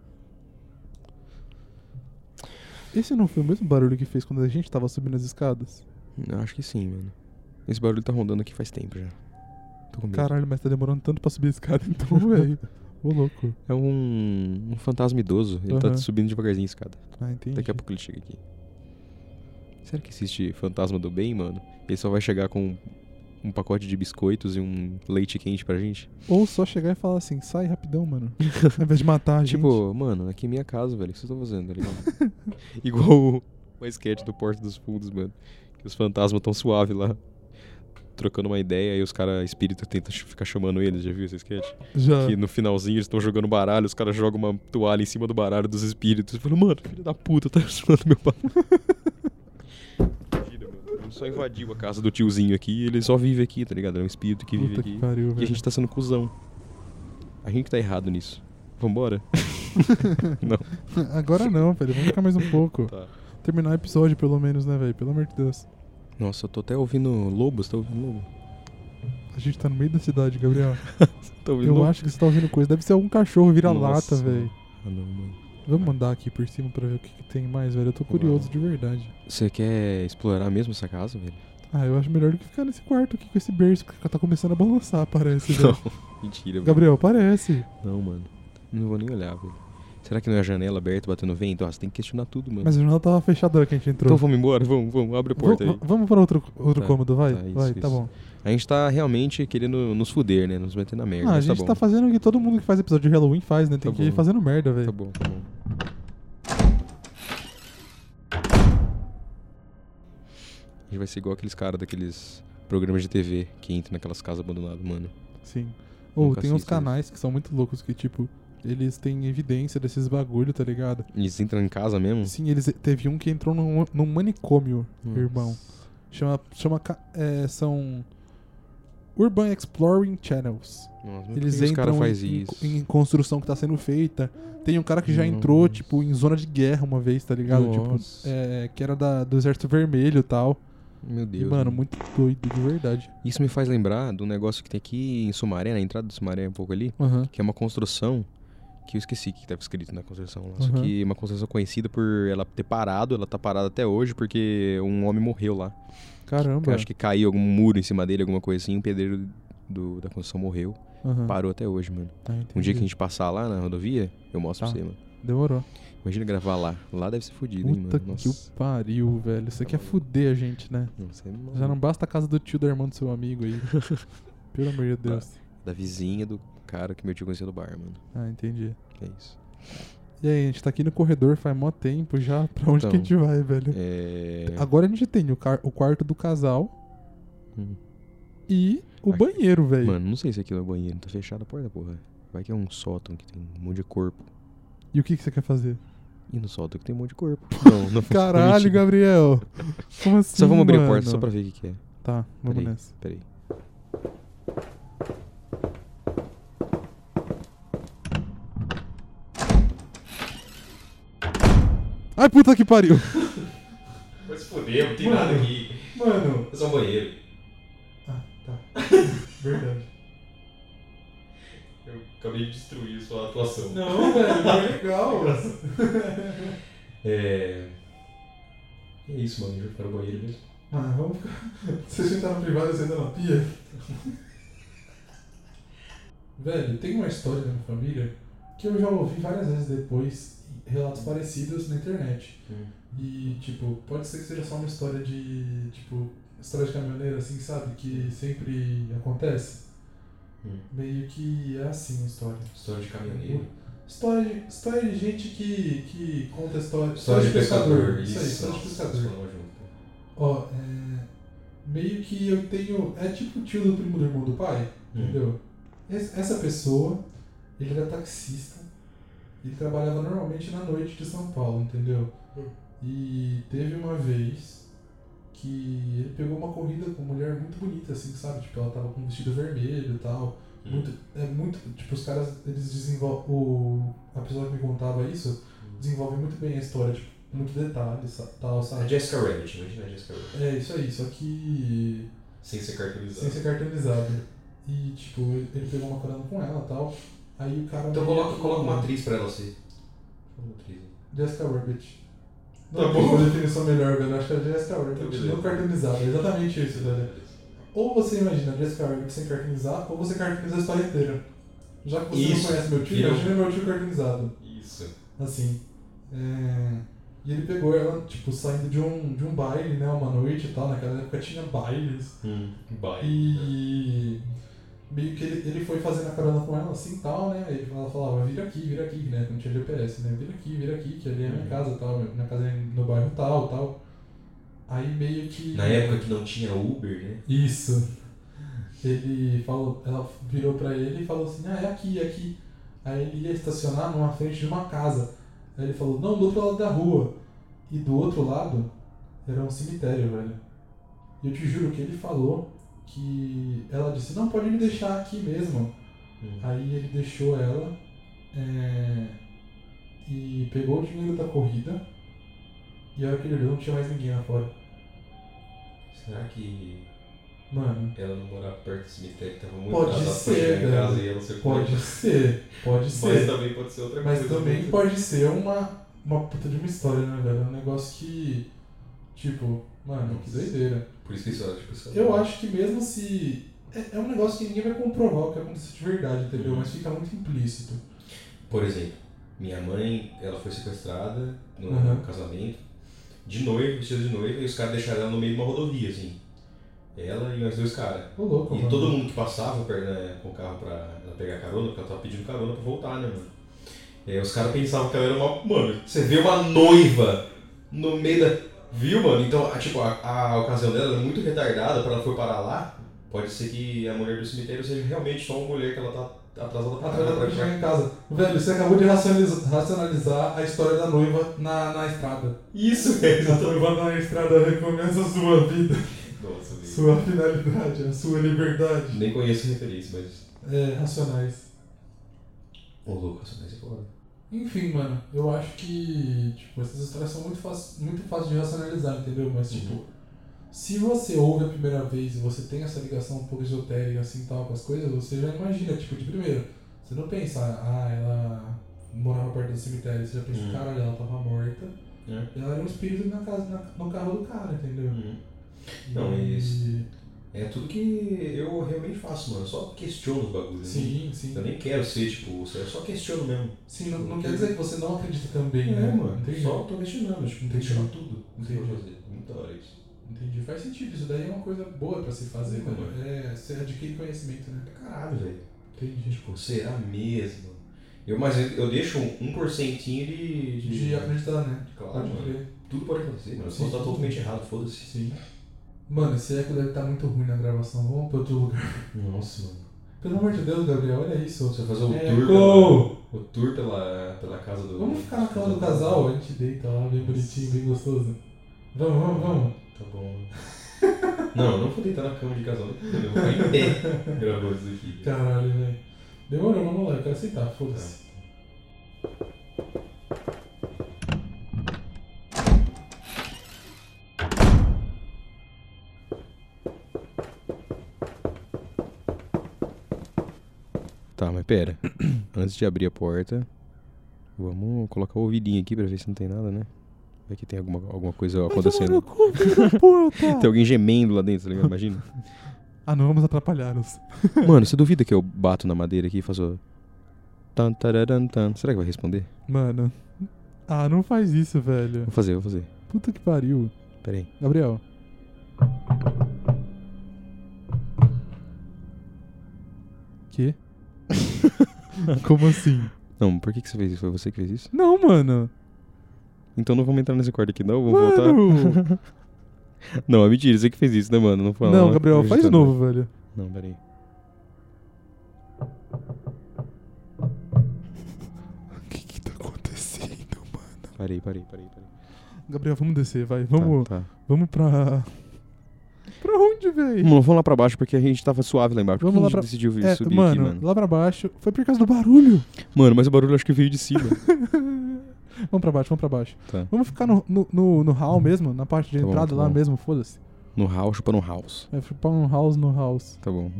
Esse não foi o mesmo barulho que fez quando a gente tava subindo as escadas? Eu acho que sim, mano. Esse barulho tá rondando aqui faz tempo já. Tô com medo. Caralho, mas tá demorando tanto pra subir a escada então, velho. Ô, louco. É um fantasma idoso. Ele tá Aham. subindo devagarzinho a escada. Ah, entendi. Daqui a pouco ele chega aqui. Será que existe fantasma do bem, mano? Ele só vai chegar com um pacote de biscoitos e um leite quente pra gente? Ou só chegar e falar assim, sai rapidão, mano. Ao invés de matar a gente. Tipo, mano, aqui é minha casa, velho. O que vocês estão fazendo, tá ligado? Igual o sketch do Porta dos Fundos, mano. Que os fantasmas tão suave lá. Trocando uma ideia e os caras espíritos tentam ficar chamando eles. Já viu esse sketch? Já. Que no finalzinho eles estão jogando baralho, os caras jogam uma toalha em cima do baralho dos espíritos. Eu falo, mano, filho da puta, tá zoando meu baralho. Mentira, mano. Ele só invadiu a casa do tiozinho aqui e ele só vive aqui, tá ligado? É um espírito que vive Puta aqui. que pariu, E a velho. gente tá sendo cuzão. A gente tá errado nisso. Vambora? Não. Agora não, velho. Vamos ficar mais um pouco. Tá. Terminar o episódio, pelo menos, né, velho? Pelo amor de Deus. Nossa, eu tô até ouvindo lobos, tá ouvindo lobo? A gente tá no meio da cidade, Gabriel. Tá ouvindo Eu lobo? acho que você tá ouvindo coisa. Deve ser algum cachorro vira-lata, Nossa. velho. Ah, não, mano. Vamos andar aqui por cima pra ver o que, que tem mais, velho. Eu tô curioso de verdade. Você quer explorar mesmo essa casa, velho? Ah, eu acho melhor do que ficar nesse quarto aqui com esse berço que tá começando a balançar, parece, velho. Mentira, velho. Gabriel, parece. Não, mano. Não vou nem olhar, velho. Será que não é a janela aberta batendo vento? Nossa, tem que questionar tudo, mano. Mas a janela tava fechada na hora que a gente entrou. Então vamos embora, vamos, abre a porta aí. Vamos pra outro Tá, cômodo, vai? tá, isso, vai, tá isso. bom. A gente tá realmente querendo nos fuder, né? Nos meter na merda. Ah, a mas gente tá bom. tá fazendo o que todo mundo que faz episódio de Halloween faz, né? Tem Tá que ir bom. fazendo merda, velho. Tá bom, tá bom. A gente vai ser igual aqueles caras daqueles programas de TV que entram naquelas casas abandonadas, mano. Sim. Ou Nunca tem uns assisto canais que são muito loucos que, tipo, eles têm evidência desses bagulho, tá ligado? Eles entram em casa mesmo? Sim, teve um que entrou num manicômio, Nossa. irmão. São Urban Exploring Channels. Nossa, mas Eles por que os caras entram fazem isso? em construção que tá sendo feita. Tem um cara que já entrou, Nossa. tipo, em zona de guerra uma vez, tá ligado? Nossa. Tipo, que era do Exército Vermelho e tal. Meu E, Deus. mano, muito doido, de verdade. Isso me faz lembrar de um negócio que tem aqui em Sumaré, na entrada do Sumaré um pouco ali, Aham. que é uma construção que eu esqueci o que estava escrito na construção lá. Só Uhum. que é uma construção conhecida por ela ter parado, ela tá parada até hoje porque um homem morreu lá. Caramba. Eu acho que caiu algum muro em cima dele, alguma coisa assim, um pedreiro da construção morreu. Aham. Parou até hoje, mano. Ah, Um dia entendi. que a gente passar lá na rodovia, eu mostro Tá. pra você, mano. Demorou. Imagina gravar lá. Lá deve ser fodido, hein, Puta mano. que o Nossa. pariu, velho. Você quer fuder a gente, né? Nossa, é maluco. Já não basta a casa do tio da irmã do seu amigo aí. Pelo amor de Deus. Da vizinha do cara que meu tio conhecia do bar, mano. Ah, entendi. É isso. E aí, a gente tá aqui no corredor faz mó tempo já. Pra onde Então, que a gente vai, velho? Agora a gente tem o quarto do casal Hum. e o Aqui. banheiro, velho. Mano, não sei se aquilo é banheiro. Tá fechada a porta, porra. Vai que é um sótão que tem um monte de corpo. E o que você quer fazer? E no sótão que tem um monte de corpo. Não, não Caralho, mentira. Gabriel. Como assim, Só vamos abrir a mano? porta só pra ver o que é. Tá, vamos Peraí, nessa. peraí. Ai, puta que pariu. Vai se foder, não tem Mano. nada aqui. Mano. É só um banheiro. Ah, tá. Verdade. Eu acabei de destruir sua atuação. Não, velho, foi legal. É isso, mano. Já ficar no banheiro mesmo. Ah, vamos ficar. Você senta na privada e senta na pia. Velho, tem uma história da minha família que eu já ouvi várias vezes depois, relatos parecidos na internet. E, tipo, pode ser que seja só uma história de, tipo, história de caminhoneiro, assim, sabe? Que sempre acontece. Meio que é assim a história. História de caminhoneiro. História de gente que conta história. História de pescador. Isso aí, história de pescador. Ó, meio que eu tenho. É tipo o tio do primo do irmão do pai, entendeu? Essa pessoa, ele era taxista Ele trabalhava normalmente na noite de São Paulo, entendeu? E teve uma vez que ele pegou uma corrida com uma mulher muito bonita, assim, sabe? Tipo, ela tava com um vestido vermelho e tal. Muito, tipo, os caras, eles desenvolvem, a pessoa que me contava isso, desenvolve muito bem a história, tipo, muito detalhes, tal, sabe? A Jessica Rabbit, imagina a Jessica Rabbit. É, isso aí, só que... Sem ser caracterizado. Sem ser caracterizado. E, tipo, ele pegou uma carona com ela e tal, aí o cara... Então coloca uma atriz pra ela ser. Uma atriz. Jessica Rabbit. Tá Não, bom. uma definição melhor, velho, acho que é Jessica Rabbit, beleza. não caracterizado, é exatamente isso, velho. Ou você imagina Jessica Rabbit sem caracterizar, ou você caracteriza a história inteira. Já que você Isso. não conhece meu tio, Virou. imagina meu tio caracterizado. Isso. Assim. E ele pegou ela, tipo, saindo de um baile, né, uma noite e tal, naquela época tinha bailes. Bye. E meio que ele foi fazendo a carona com ela assim e tal, né, ela falava, vira aqui, né, não tinha GPS, né, vira aqui, que ali é a minha casa e tal, minha casa é no bairro tal. Aí meio que... Na época que não tinha Uber, né? Isso. Ele falou, ela virou pra ele e falou assim, é aqui. Aí ele ia estacionar numa frente de uma casa. Aí ele falou, não, do outro lado da rua. E do outro lado era um cemitério, velho. E eu te juro que ele falou que ela disse, não, pode me deixar aqui mesmo. Aí ele deixou ela e pegou o dinheiro da corrida. E a hora que ele olhou, não tinha mais ninguém lá fora. Será que Mano, ela não morava perto do cemitério, tava muito pode atrasada pra ser, chegar em velho. casa e ela ser pode ser. Mas também pode ser outra Mas coisa. também né? pode ser uma puta de uma história, né, velho? Um negócio que, tipo, mano, que doideira. Por isso que isso tipo, isso Eu acho que mesmo se... É um negócio que ninguém vai comprovar o que aconteceu de verdade, entendeu? Uhum. Mas fica muito implícito. Por exemplo, minha mãe, ela foi sequestrada no Uhum. casamento, de noiva, vestida de noiva, e os caras deixaram ela no meio de uma rodovia, assim. Ela e mais dois caras. Ô, louco, E mano. todo mundo que passava com o carro pra ela pegar carona, porque ela tava pedindo carona pra voltar, né, mano? E aí os caras pensavam que ela era uma... Mano, você vê uma noiva no meio da... Viu, mano? Então, tipo, a ocasião dela era muito retardada pra ela for parar lá. Pode ser que a mulher do cemitério seja realmente só uma mulher que ela tá atrasada pra Atrás da caramba. chegar em casa. Velho, você acabou de racionalizar a história da noiva na estrada. Isso, velho. A noiva na estrada recomeça a sua vida, Nossa, velho. sua finalidade, a sua liberdade. Nem conheço a referência, mas... Racionais. Ô, louco, essa mais é foda. Enfim, mano, eu acho que, tipo, essas histórias são muito fáceis de racionalizar, entendeu? Mas, tipo, se você ouve a primeira vez e você tem essa ligação um pouco esotérica, assim, tal, com as coisas, você já imagina, tipo, de primeiro. Você não pensa, ela morava perto do cemitério, você já pensa, caralho, ela tava morta. Ela era um espírito na casa, no carro do cara, entendeu? Não, é isso. É tudo que eu realmente faço, mano. Eu só questiono os bagulhos. Sim, sim. Eu nem quero ser, tipo, eu só questiono mesmo. Sim, não quer dizer que você não acredita também, É, né? mano. Entendi. Só tô questionando, tipo, Entendi. questionar tudo. Entendi. Fazer. Muito da hora isso. Entendi. Faz sentido. Isso daí é uma coisa boa pra se fazer, Sim, mano. mano. Você adquire conhecimento, né? Caralho, velho. Entendi. Tipo, será mesmo? Mas eu deixo 1% De acreditar, né? Claro, Pode mano. crer. Tudo pode acontecer, mano. Sim. Posso estar totalmente errado, foda-se. Sim. Mano, esse eco deve estar muito ruim na gravação. Vamos pra outro lugar. Nossa, mano. Pelo amor de Deus, Gabriel, olha isso. Você vai fazer o Eco! tour pela casa do... Vamos ficar na cama do casal, a gente deita lá, bem bonitinho, bem gostoso. Vamos. Tá bom. Não, eu não vou deitar na cama de casal, eu vou ficar em pé gravando isso aqui. Caralho, velho. Demorou, vamos lá, eu quero aceitar, foda-se. Tá, mas pera. Antes de abrir a porta, vamos colocar o ouvidinho aqui pra ver se não tem nada, né? Vai que tem alguma coisa acontecendo. Tem alguém gemendo lá dentro, tá ligado? Imagina. Ah, não vamos atrapalhá-los. Mano, você duvida que eu bato na madeira aqui e faço... Tan, tararan, tan. Será que vai responder? Mano. Ah, não faz isso, velho. Vou fazer. Puta que pariu. Pera aí. Gabriel. Quê? Como assim? Não, por que você fez isso? Foi você que fez isso? Não, mano. Então não vamos entrar nesse quarto aqui não, vamos voltar. Mano. Não, é mentira, você que fez isso, né, mano? Não, foi, Não, Gabriel, faz de acreditando. novo, velho. Não, pera aí. O que tá Parei. Gabriel, vamos descer, vai. Vamos, Tá. vamos pra... Pra onde, velho? Vamos lá pra baixo, porque a gente tava suave lá embaixo. Por que Vamos a lá gente pra... decidiu subir mano, aqui, mano? Lá pra baixo. Foi por causa do barulho. Mano, mas o barulho acho que veio de cima. Vamos pra baixo. Tá. Vamos ficar no hall mesmo, na parte de Tá bom, entrada tá lá bom. mesmo, foda-se. No house, chupando house. É, chupar no house. Tá bom.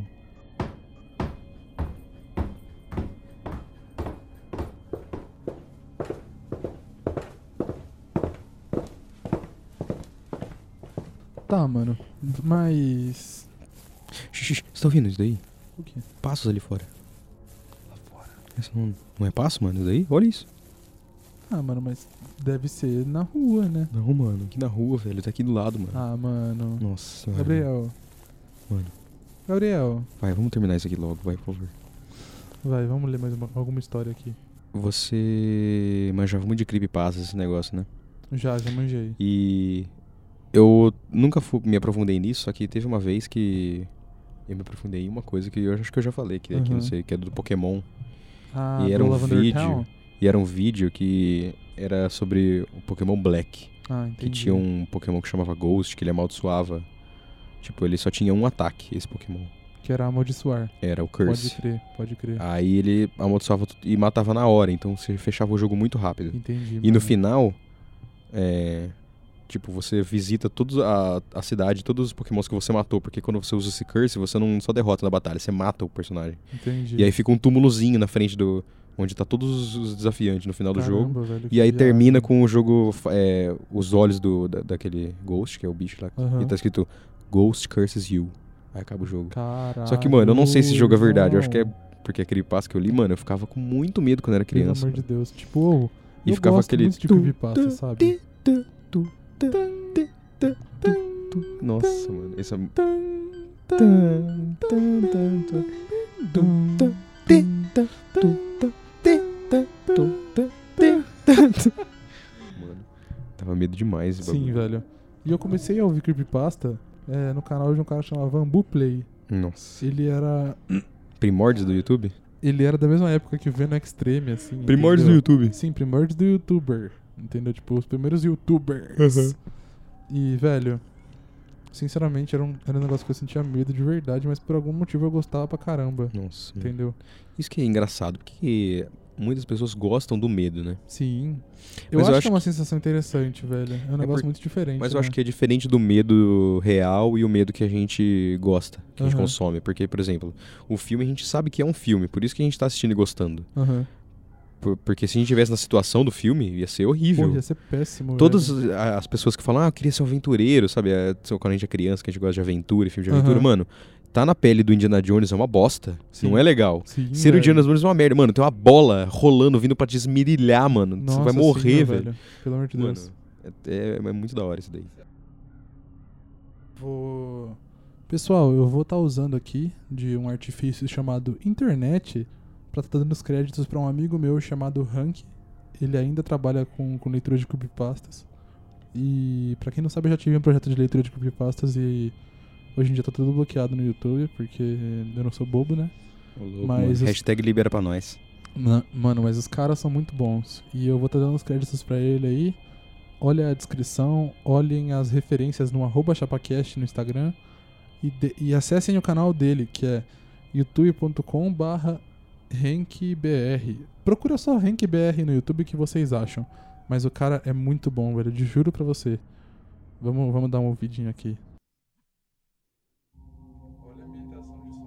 Tá, mano. Mas... Xixi, você tá ouvindo isso daí? O quê? Passos ali fora. Lá fora. Isso não é passo, mano? Isso daí? Olha isso. Ah, mano, mas deve ser na rua, né? Não, mano. Aqui na rua, velho. Tá aqui do lado, mano. Ah, mano. Nossa senhora. Gabriel. Mano. Gabriel. Vai, vamos terminar isso aqui logo, vai, por favor. Vai, vamos ler mais alguma história aqui. Você manjava muito de creepypasta esse negócio, né? Já manjei. E eu nunca me aprofundei nisso, só que teve uma vez que eu me aprofundei em uma coisa que eu acho que eu já falei, que aqui, não sei, que é do Pokémon. Ah, E era do um Lavender vídeo. Town? E era um vídeo que era sobre o Pokémon Black. Ah, entendi. Que tinha um Pokémon que chamava Ghost, que ele amaldiçoava. Tipo, ele só tinha um ataque, esse Pokémon. Que era amaldiçoar. Era o Curse. Pode crer. Aí ele amaldiçoava e matava na hora, então você fechava o jogo muito rápido. Entendi. E no final, tipo, você visita a cidade, todos os Pokémons que você matou, porque quando você usa esse Curse, você não só derrota na batalha, você mata o personagem. Entendi. E aí fica um túmulozinho na frente onde tá todos os desafiantes no final do jogo. Velho, E aí viagem. termina com o jogo, os olhos daquele Ghost, que é o bicho lá, e tá escrito Ghost Curses You. Aí acaba o jogo. Caralho. Só que, mano, eu não sei se esse jogo é verdade. Eu acho que é porque aquele passo que eu li, mano, eu ficava com muito medo quando era criança. Pelo amor de Deus. Tipo, E eu ficava gosto aquele muito de creepypasta, sabe? Nossa, mano. Esse é... Mano, tava medo demais esse Sim, bagulho. velho. E eu comecei a ouvir creepypasta no canal de um cara chamado Bambu Play. Nossa. Ele era... Primórdios do YouTube? Ele era da mesma época que o Venom Extreme, assim. Primórdios do entendeu? YouTube. Sim, primórdios do YouTuber. Entendeu? Tipo, os primeiros YouTubers. E, velho, sinceramente, era um negócio que eu sentia medo de verdade, mas por algum motivo eu gostava pra caramba. Nossa. Entendeu? Isso que é engraçado, porque muitas pessoas gostam do medo, né? Sim. Eu acho que é uma sensação interessante, velho. É um negócio muito diferente. Mas eu né? acho que é diferente do medo real e o medo que a gente gosta, que a gente Aham. consome. Porque, por exemplo, o filme a gente sabe que é um filme, por isso que a gente tá assistindo e gostando. Aham. Porque se a gente estivesse na situação do filme, ia ser horrível. Pô, ia ser péssimo, Todas velho. as pessoas que falam, eu queria ser um aventureiro, sabe? Quando a gente é criança, que a gente gosta de aventura e filme de aventura, Aham. mano, tá na pele do Indiana Jones é uma bosta. Sim. Não é legal. Sim, Ser o velho. Indiana Jones é uma merda. Mano, tem uma bola rolando, vindo pra te esmirilhar, mano. Nossa, você vai morrer, sim, velho. Pelo amor de Deus. Mano, é muito da hora isso daí. Pessoal, eu vou estar usando aqui de um artifício chamado internet pra estar dando os créditos pra um amigo meu chamado Hank. Ele ainda trabalha com leitura de creepypastas. E pra quem não sabe, eu já tive um projeto de leitura de creepypastas e hoje em dia tá tudo bloqueado no YouTube, porque eu não sou bobo, né? Mas Hashtag libera pra nós. Mano, mas os caras são muito bons. E eu vou estar dando os créditos pra ele aí. Olha a descrição, olhem as referências no @chapacast no Instagram. E acessem o canal dele, que é youtube.com/HankBR. Procura só HankBR no YouTube que vocês acham. Mas o cara é muito bom, velho. Eu juro pra você. Vamos dar um ouvidinho aqui. Olha a ambientação de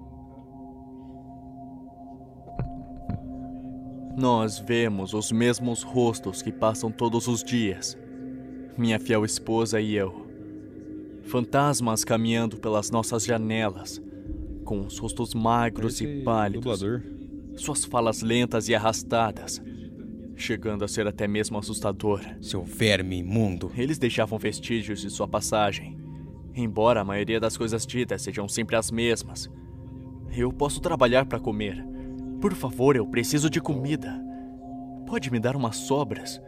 som, cara. Nós vemos os mesmos rostos que passam todos os dias. Minha fiel esposa e eu. Fantasmas caminhando pelas nossas janelas, com os rostos magros e pálidos. Suas falas lentas e arrastadas, chegando a ser até mesmo assustador. Seu verme imundo. Eles deixavam vestígios de sua passagem, embora a maioria das coisas ditas sejam sempre as mesmas. Eu posso trabalhar para comer. Por favor, eu preciso de comida. Pode me dar umas sobras?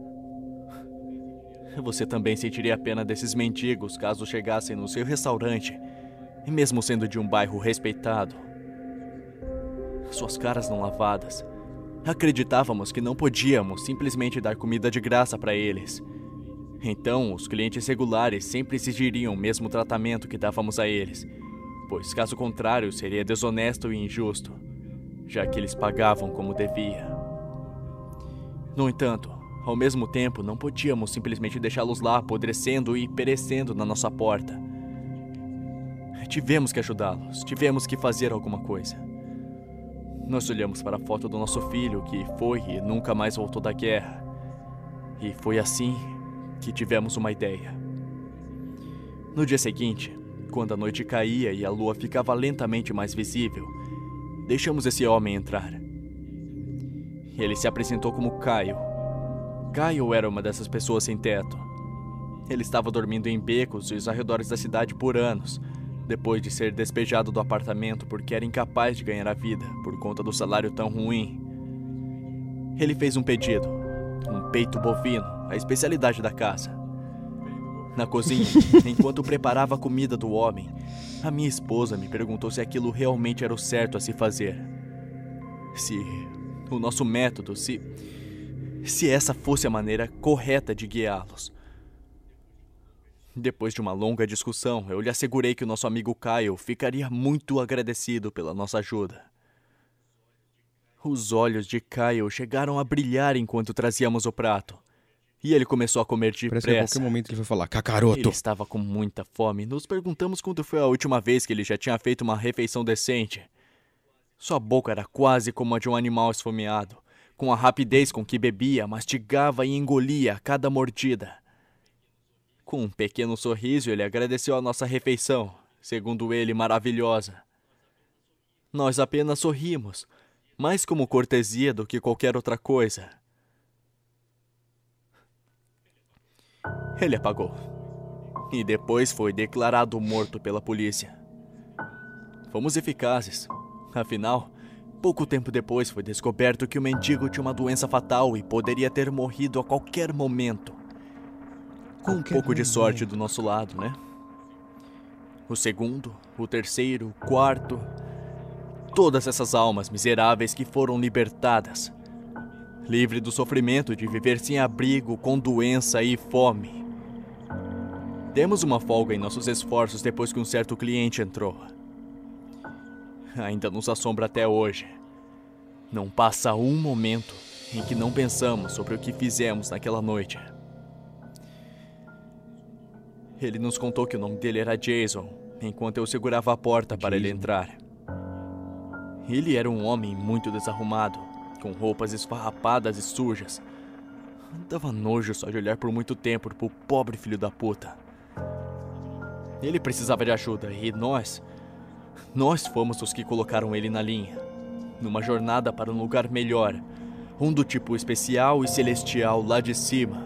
Você também sentiria a pena desses mendigos caso chegassem no seu restaurante, e mesmo sendo de um bairro respeitado. Suas caras não lavadas, Acreditávamos que não podíamos simplesmente dar comida de graça para eles. Então, os clientes regulares sempre exigiriam o mesmo tratamento que dávamos a eles, pois caso contrário seria desonesto e injusto, já que eles pagavam como devia. No entanto, ao mesmo tempo, não podíamos simplesmente deixá-los lá apodrecendo e perecendo na nossa porta. Tivemos que ajudá-los, tivemos que fazer alguma coisa. Nós olhamos para a foto do nosso filho, que foi e nunca mais voltou da guerra. E foi assim que tivemos uma ideia. No dia seguinte, quando a noite caía e a lua ficava lentamente mais visível, deixamos esse homem entrar. Ele se apresentou como Caio. Caio era uma dessas pessoas sem teto. Ele estava dormindo em becos e os arredores da cidade por anos, depois de ser despejado do apartamento porque era incapaz de ganhar a vida por conta do salário tão ruim. Ele fez um pedido, um peito bovino, a especialidade da casa. Na cozinha, enquanto preparava a comida do homem, a minha esposa me perguntou se aquilo realmente era o certo a se fazer. Se o nosso método, se essa fosse a maneira correta de guiá-los. Depois de uma longa discussão, eu lhe assegurei que o nosso amigo Caio ficaria muito agradecido pela nossa ajuda. Os olhos de Caio chegaram a brilhar enquanto trazíamos o prato. E ele começou a comer depressa. Parece que a qualquer momento ele vai falar, cacaroto. Ele estava com muita fome. Nos perguntamos quando foi a última vez que ele já tinha feito uma refeição decente. Sua boca era quase como a de um animal esfomeado, com a rapidez com que bebia, mastigava e engolia a cada mordida. Com um pequeno sorriso, ele agradeceu a nossa refeição, segundo ele, maravilhosa. Nós apenas sorrimos, mais como cortesia do que qualquer outra coisa. Ele apagou. E depois foi declarado morto pela polícia. Fomos eficazes. Afinal, pouco tempo depois foi descoberto que o mendigo tinha uma doença fatal e poderia ter morrido a qualquer momento. Com um pouco de sorte do nosso lado, né? O segundo, o terceiro, o quarto... Todas essas almas miseráveis que foram libertadas. Livre do sofrimento de viver sem abrigo, com doença e fome. Demos uma folga em nossos esforços depois que um certo cliente entrou. Ainda nos assombra até hoje. Não passa um momento em que não pensamos sobre o que fizemos naquela noite. Ele nos contou que o nome dele era Jason, enquanto eu segurava a porta para ele entrar. Ele era um homem muito desarrumado, com roupas esfarrapadas e sujas. Dava nojo só de olhar por muito tempo pro pobre filho da puta. Ele precisava de ajuda e nós fomos os que colocaram ele na linha, numa jornada para um lugar melhor, um do tipo especial e celestial lá de cima.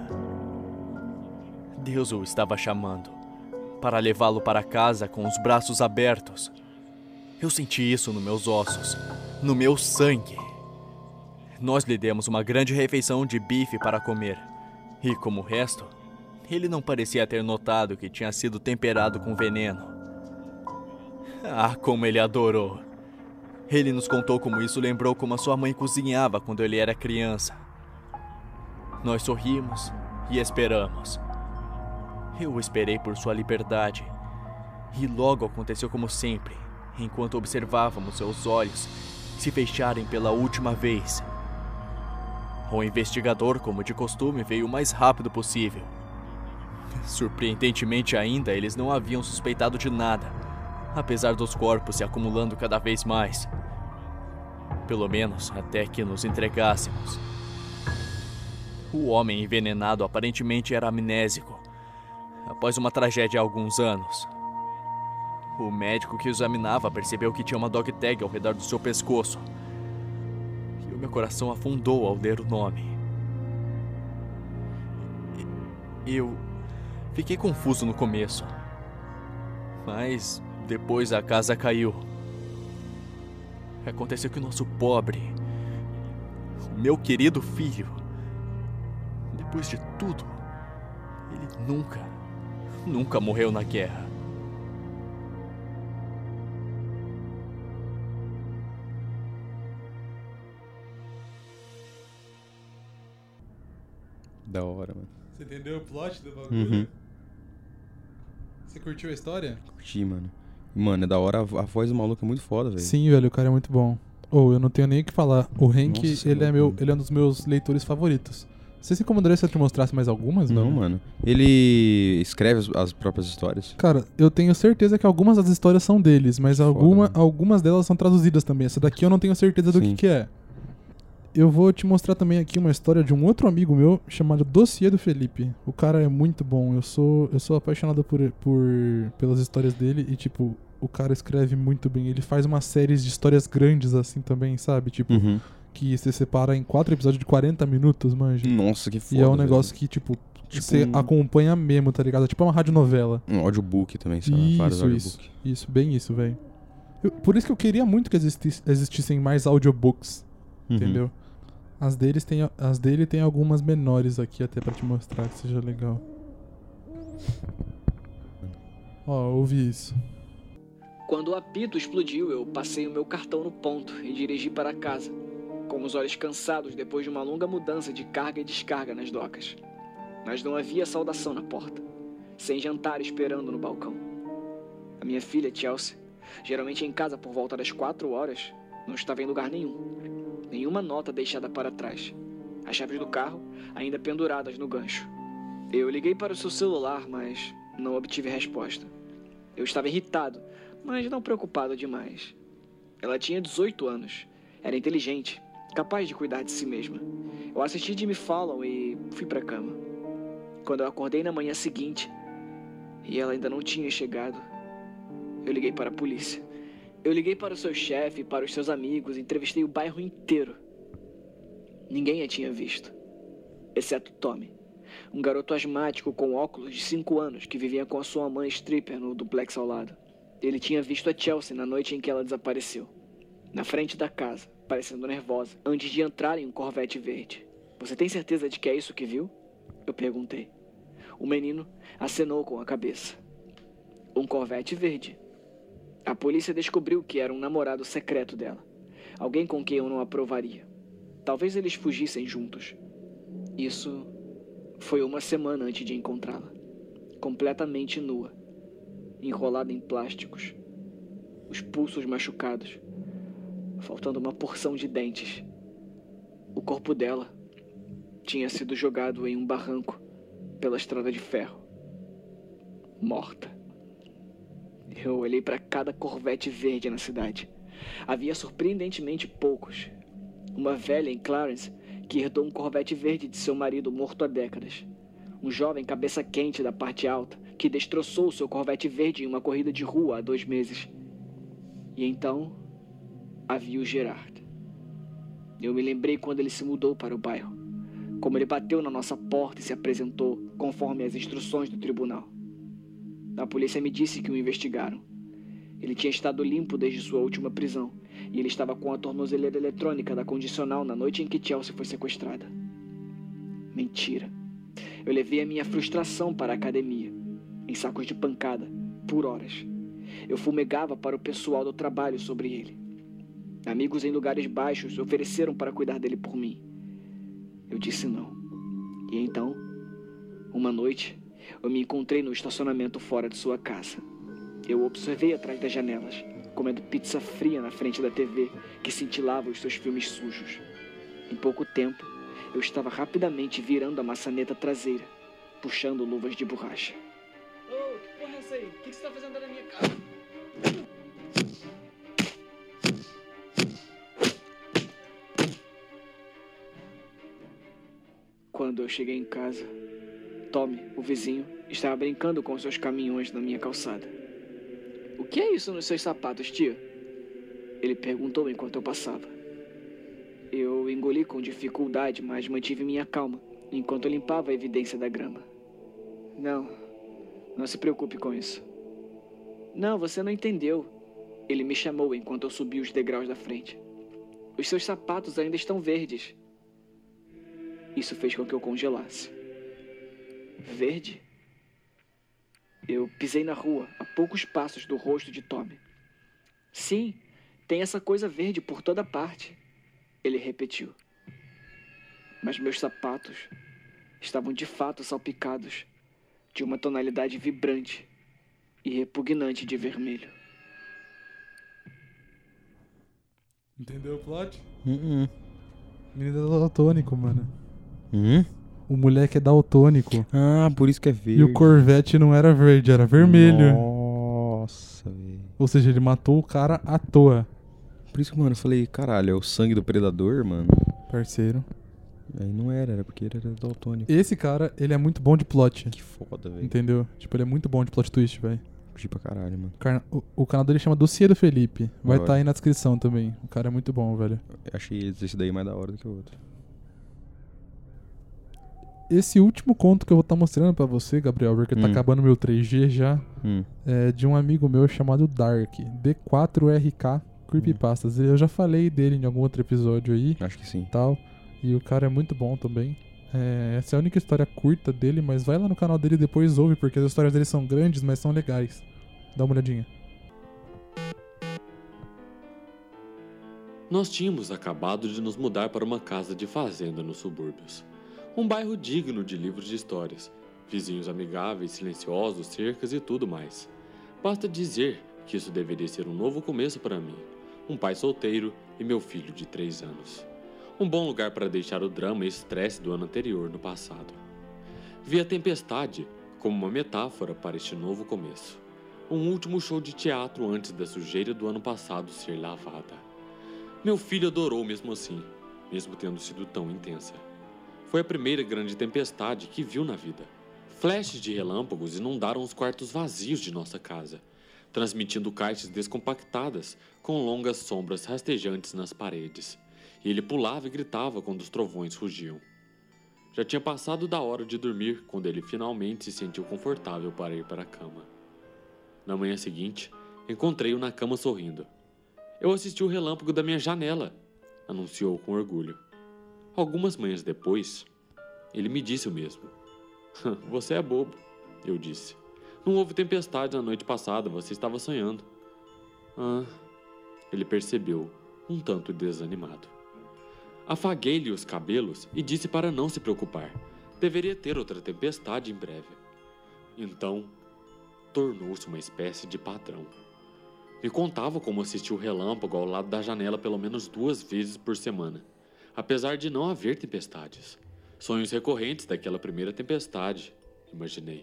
Deus o estava chamando, para levá-lo para casa com os braços abertos. Eu senti isso nos meus ossos, no meu sangue. Nós lhe demos uma grande refeição de bife para comer, e como o resto, ele não parecia ter notado que tinha sido temperado com veneno. Ah, como ele adorou! Ele nos contou como isso lembrou como a sua mãe cozinhava quando ele era criança. Nós sorrimos e esperamos. Eu esperei por sua liberdade. E logo aconteceu como sempre, enquanto observávamos seus olhos se fecharem pela última vez. O investigador, como de costume, veio o mais rápido possível. Surpreendentemente ainda, eles não haviam suspeitado de nada, apesar dos corpos se acumulando cada vez mais. Pelo menos até que nos entregássemos. O homem envenenado aparentemente era amnésico, após uma tragédia há alguns anos. O médico que o examinava percebeu que tinha uma dog tag ao redor do seu pescoço. E o meu coração afundou ao ler o nome. Eu fiquei confuso no começo. Mas depois a casa caiu. Aconteceu que o nosso pobre, o meu querido filho, depois de tudo, ele nunca morreu na guerra. Da hora, mano. Você entendeu o plot do bagulho? Você curtiu a história? Curti, mano. Mano, é da hora, a voz do maluco é muito foda, velho. Sim, velho, o cara é muito bom. Eu não tenho nem o que falar. O Hank, Nossa, ele louco, é um dos meus leitores favoritos. Você se incomodaria se eu te mostrasse mais algumas? Não, velho? mano. Ele escreve as próprias histórias. Cara, eu tenho certeza que algumas das histórias são deles, mas Foda, mano. algumas delas são traduzidas também. Essa daqui eu não tenho certeza do Sim. que é. Eu vou te mostrar também aqui uma história de um outro amigo meu chamado Dossiê do Felipe. O cara é muito bom. Eu sou apaixonado pelas histórias dele e, tipo, o cara escreve muito bem. Ele faz umas séries de histórias grandes assim também, sabe? Tipo, que você separa em 4 episódios de 40 minutos, manja. Nossa, que foda. E é um velho. negócio que, tipo você um- acompanha mesmo, tá ligado? É tipo uma radionovela. Um audiobook também, sei lá. Vários Isso, audiobooks. isso, bem isso, velho. Por isso que eu queria muito que existissem mais audiobooks, entendeu? As dele tem algumas menores aqui até pra te mostrar que seja legal. Ó, ouvi isso. Quando o apito explodiu, eu passei o meu cartão no ponto e dirigi para casa, com os olhos cansados depois de uma longa mudança de carga e descarga nas docas. Mas não havia saudação na porta, sem jantar esperando no balcão. A minha filha, Chelsea, geralmente em casa por volta das 4 horas, não estava em lugar nenhum. Nenhuma nota deixada para trás. As chaves do carro ainda penduradas no gancho. Eu liguei para o seu celular, mas não obtive resposta. Eu estava irritado, mas não preocupado demais. Ela tinha 18 anos, era inteligente, capaz de cuidar de si mesma. Eu assisti Jimmy Fallon e fui para a cama. Quando eu acordei na manhã seguinte, e ela ainda não tinha chegado, eu liguei para a polícia. Eu liguei para o seu chefe, para os seus amigos, entrevistei o bairro inteiro. Ninguém a tinha visto, exceto Tommy, um garoto asmático com óculos de 5 anos que vivia com a sua mãe stripper no duplex ao lado. Ele tinha visto a Chelsea na noite em que ela desapareceu, na frente da casa, parecendo nervosa, antes de entrar em um Corvette verde. Você tem certeza de que é isso que viu? Eu perguntei. O menino acenou com a cabeça. Um Corvette verde. A polícia descobriu que era um namorado secreto dela. Alguém com quem eu não aprovaria. Talvez eles fugissem juntos. Isso foi uma semana antes de encontrá-la. Completamente nua. Enrolada em plásticos. Os pulsos machucados. Faltando uma porção de dentes. O corpo dela tinha sido jogado em um barranco pela estrada de ferro. Morta. Eu olhei para cada Corvette verde na cidade. Havia surpreendentemente poucos. Uma velha em Clarence que herdou um Corvette verde de seu marido morto há décadas. Um jovem cabeça quente da parte alta que destroçou seu Corvette verde em uma corrida de rua há 2 meses. E então havia o Gerard. Eu me lembrei quando ele se mudou para o bairro. Como ele bateu na nossa porta e se apresentou conforme as instruções do tribunal. A polícia me disse que o investigaram. Ele tinha estado limpo desde sua última prisão e ele estava com a tornozeleira eletrônica da condicional na noite em que Chelsea foi sequestrada. Mentira. Eu levei a minha frustração para a academia, em sacos de pancada, por horas. Eu fumegava para o pessoal do trabalho sobre ele. Amigos em lugares baixos ofereceram para cuidar dele por mim. Eu disse não. E então, uma noite, eu me encontrei no estacionamento fora de sua casa. Eu o observei atrás das janelas, comendo pizza fria na frente da TV, que cintilava os seus filmes sujos. Em pouco tempo, eu estava rapidamente virando a maçaneta traseira, puxando luvas de borracha. Ô, que porra é essa aí? O que você tá fazendo na minha casa? Quando eu cheguei em casa, Tommy, o vizinho, estava brincando com seus caminhões na minha calçada. O que é isso nos seus sapatos, tia? Ele perguntou enquanto eu passava. Eu engoli com dificuldade, mas mantive minha calma, enquanto eu limpava a evidência da grama. Não se preocupe com isso. Não, você não entendeu. Ele me chamou enquanto eu subia os degraus da frente. Os seus sapatos ainda estão verdes. Isso fez com que eu congelasse. Verde? Eu pisei na rua, a poucos passos do rosto de Tommy. Sim, tem essa coisa verde por toda parte. Ele repetiu. Mas meus sapatos estavam de fato salpicados de uma tonalidade vibrante e repugnante de vermelho. Entendeu o plot? Menino é daltônico, mano. O moleque é daltônico. Ah, por isso que é verde. E o Corvette não era verde, era vermelho. Nossa, velho. Ou seja, ele matou o cara à toa. Por isso que, mano, eu falei, caralho, é o sangue do predador, mano. Parceiro. Aí não era porque ele era daltônico. Esse cara, ele é muito bom de plot. Que foda, velho. Entendeu? Tipo, ele é muito bom de plot twist, velho. Curti pra caralho, mano. O canal dele chama Dossiê do Felipe. Vai Da estar hora. aí na descrição também. O cara é muito bom, velho. Eu achei esse daí mais da hora do que o outro. Esse último conto que eu vou estar mostrando pra você, Gabriel, porque tá acabando meu 3G já, é de um amigo meu chamado Dark, D4RK Creepypastas. Eu já falei dele em algum outro episódio aí. Acho que sim. Tal, e o cara é muito bom também. Essa é a única história curta dele, mas vai lá no canal dele e depois ouve, porque as histórias dele são grandes, mas são legais. Dá uma olhadinha. Nós tínhamos acabado de nos mudar para uma casa de fazenda nos subúrbios. Um bairro digno de livros de histórias. Vizinhos amigáveis, silenciosos, cercas e tudo mais. Basta dizer que isso deveria ser um novo começo para mim. Um pai solteiro e meu filho de 3 anos. Um bom lugar para deixar o drama e estresse do ano anterior no passado. Vi a tempestade como uma metáfora para este novo começo. Um último show de teatro antes da sujeira do ano passado ser lavada. Meu filho adorou mesmo assim, mesmo tendo sido tão intensa. Foi a primeira grande tempestade que viu na vida. Flashes de relâmpagos inundaram os quartos vazios de nossa casa, transmitindo caixas descompactadas com longas sombras rastejantes nas paredes. E ele pulava e gritava quando os trovões rugiam. Já tinha passado da hora de dormir quando ele finalmente se sentiu confortável para ir para a cama. Na manhã seguinte, encontrei-o na cama sorrindo. Eu assisti o relâmpago da minha janela, anunciou com orgulho. Algumas manhãs depois, ele me disse o mesmo. Você é bobo, eu disse. Não houve tempestade na noite passada, você estava sonhando. Ele percebeu, um tanto desanimado. Afaguei-lhe os cabelos e disse para não se preocupar. Deveria ter outra tempestade em breve. Então, tornou-se uma espécie de padrão. Me contava como assistiu o relâmpago ao lado da janela pelo menos 2 vezes por semana, apesar de não haver tempestades. Sonhos recorrentes daquela primeira tempestade, imaginei.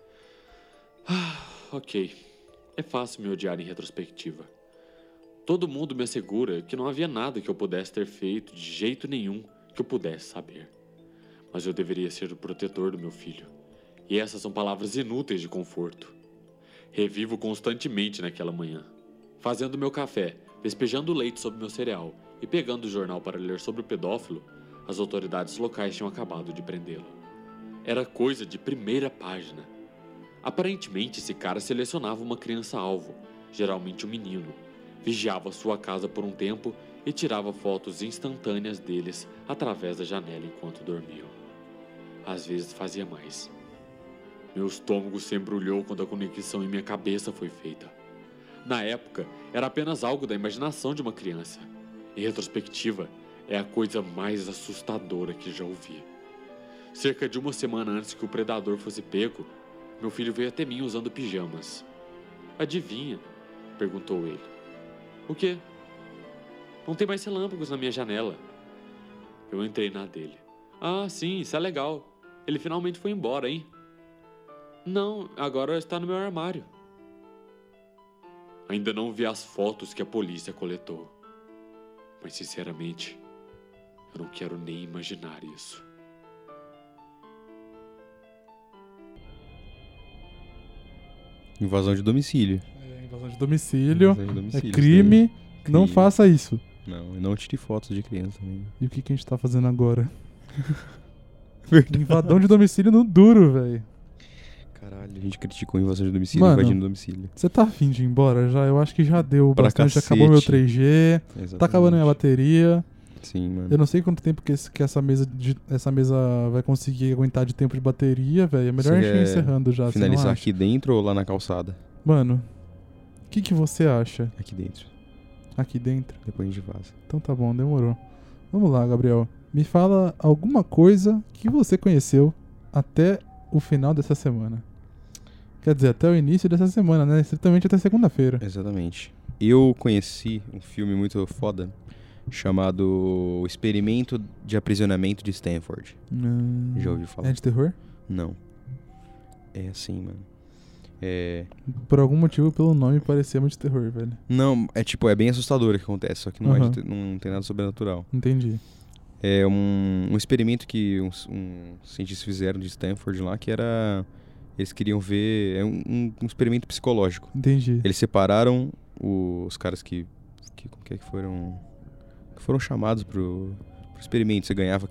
Ok. É fácil me odiar em retrospectiva. Todo mundo me assegura que não havia nada que eu pudesse ter feito de jeito nenhum que eu pudesse saber. Mas eu deveria ser o protetor do meu filho. E essas são palavras inúteis de conforto. Revivo constantemente naquela manhã. Fazendo meu café, despejando o leite sobre meu cereal e pegando o jornal para ler sobre o pedófilo, as autoridades locais tinham acabado de prendê-lo. Era coisa de primeira página. Aparentemente, esse cara selecionava uma criança-alvo, geralmente um menino, vigiava sua casa por um tempo e tirava fotos instantâneas deles através da janela enquanto dormiam. Às vezes fazia mais. Meu estômago se embrulhou quando a conexão em minha cabeça foi feita. Na época, era apenas algo da imaginação de uma criança. Em retrospectiva, é a coisa mais assustadora que já ouvi. Cerca de 1 semana antes que o predador fosse pego, meu filho veio até mim usando pijamas. Adivinha? Perguntou ele. O quê? Não tem mais relâmpagos na minha janela. Eu entrei na dele. Ah, sim, isso é legal. Ele finalmente foi embora, hein? Não, agora está no meu armário. Ainda não vi as fotos que a polícia coletou. Mas, sinceramente, eu não quero nem imaginar isso. Invasão de domicílio. Invasão de domicílio. Invasão de domicílio, É crime. isso Não Crime. faça isso. Não, e não tire fotos de criança também. E o que a gente tá fazendo agora? Verdade. Invasão de domicílio no duro, velho. Caralho, a gente criticou a invasão de domicílio Mano, invadindo domicílio. Você tá afim de ir embora já? Eu acho que já deu Pra bastante. Já cacete. acabou meu 3G. Exatamente. Tá acabando minha bateria. Sim, mano. Eu não sei quanto tempo que essa mesa vai conseguir aguentar de tempo de bateria, velho. É melhor a Você gente ir quer encerrando já. Você não finalizar acha? aqui dentro ou lá na calçada? Mano, o que você acha? Aqui dentro. Aqui dentro? Depois a gente vaza. Então tá bom, demorou. Vamos lá, Gabriel. Me fala alguma coisa que você conheceu até o final dessa semana. Quer dizer, até o início dessa semana, né? Estritamente até segunda-feira. Exatamente. Eu conheci um filme muito foda chamado O Experimento de Aprisionamento de Stanford. Já ouviu falar? É de terror? Não. É assim, mano. Por algum motivo, pelo nome, parecia muito de terror, velho. Não, é bem assustador o que acontece, só que não, não tem nada sobrenatural. Entendi. É um experimento que uns cientistas fizeram de Stanford lá, que era... Eles queriam ver... É um experimento psicológico. Entendi. Eles separaram os caras que como que foram... Que foram chamados pro experimento. Você ganhava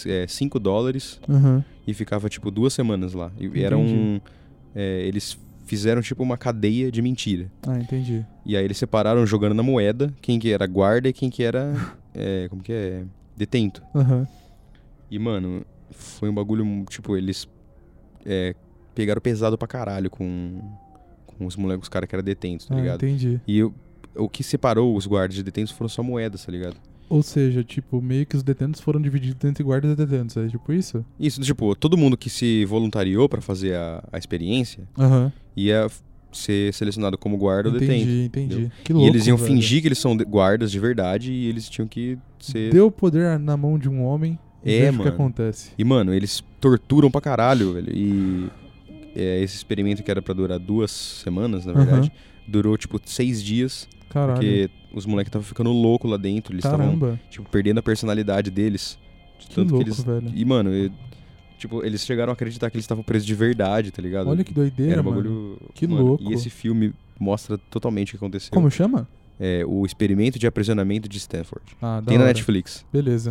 $5 e ficava, tipo, 2 semanas lá. E era eles fizeram, tipo, uma cadeia de mentira. Ah, entendi. E aí eles separaram jogando na moeda quem que era guarda e quem que era... como que é? Detento. E, mano, foi um bagulho, tipo, eles pegaram pesado pra caralho com os moleques, os caras que eram detentos, tá ligado? Entendi. E o que separou os guardas de detentos foram só moedas, tá ligado? Ou seja, tipo, meio que os detentos foram divididos entre guardas e detentos, é tipo isso? Isso, tipo, todo mundo que se voluntariou pra fazer a experiência ia ser selecionado como guarda ou detento. Entendi. Que louco, e eles iam velho. fingir que eles são guardas de verdade e eles tinham que ser... Deu poder na mão de um homem e veja o que acontece. E, mano, eles torturam pra caralho, velho. E esse experimento que era pra durar 2 semanas, na verdade, durou, tipo, 6 dias. Caralho. Porque os moleques estavam ficando loucos lá dentro. Eles estavam, tipo, perdendo a personalidade deles. De tanto louco, que eles... velho. E, mano, tipo, eles chegaram a acreditar que eles estavam presos de verdade, tá ligado? Olha que doideira, era um bagulho, que louco. E esse filme mostra totalmente o que aconteceu. Como chama? O Experimento de Aprisionamento de Stanford. Tem na Netflix. Beleza.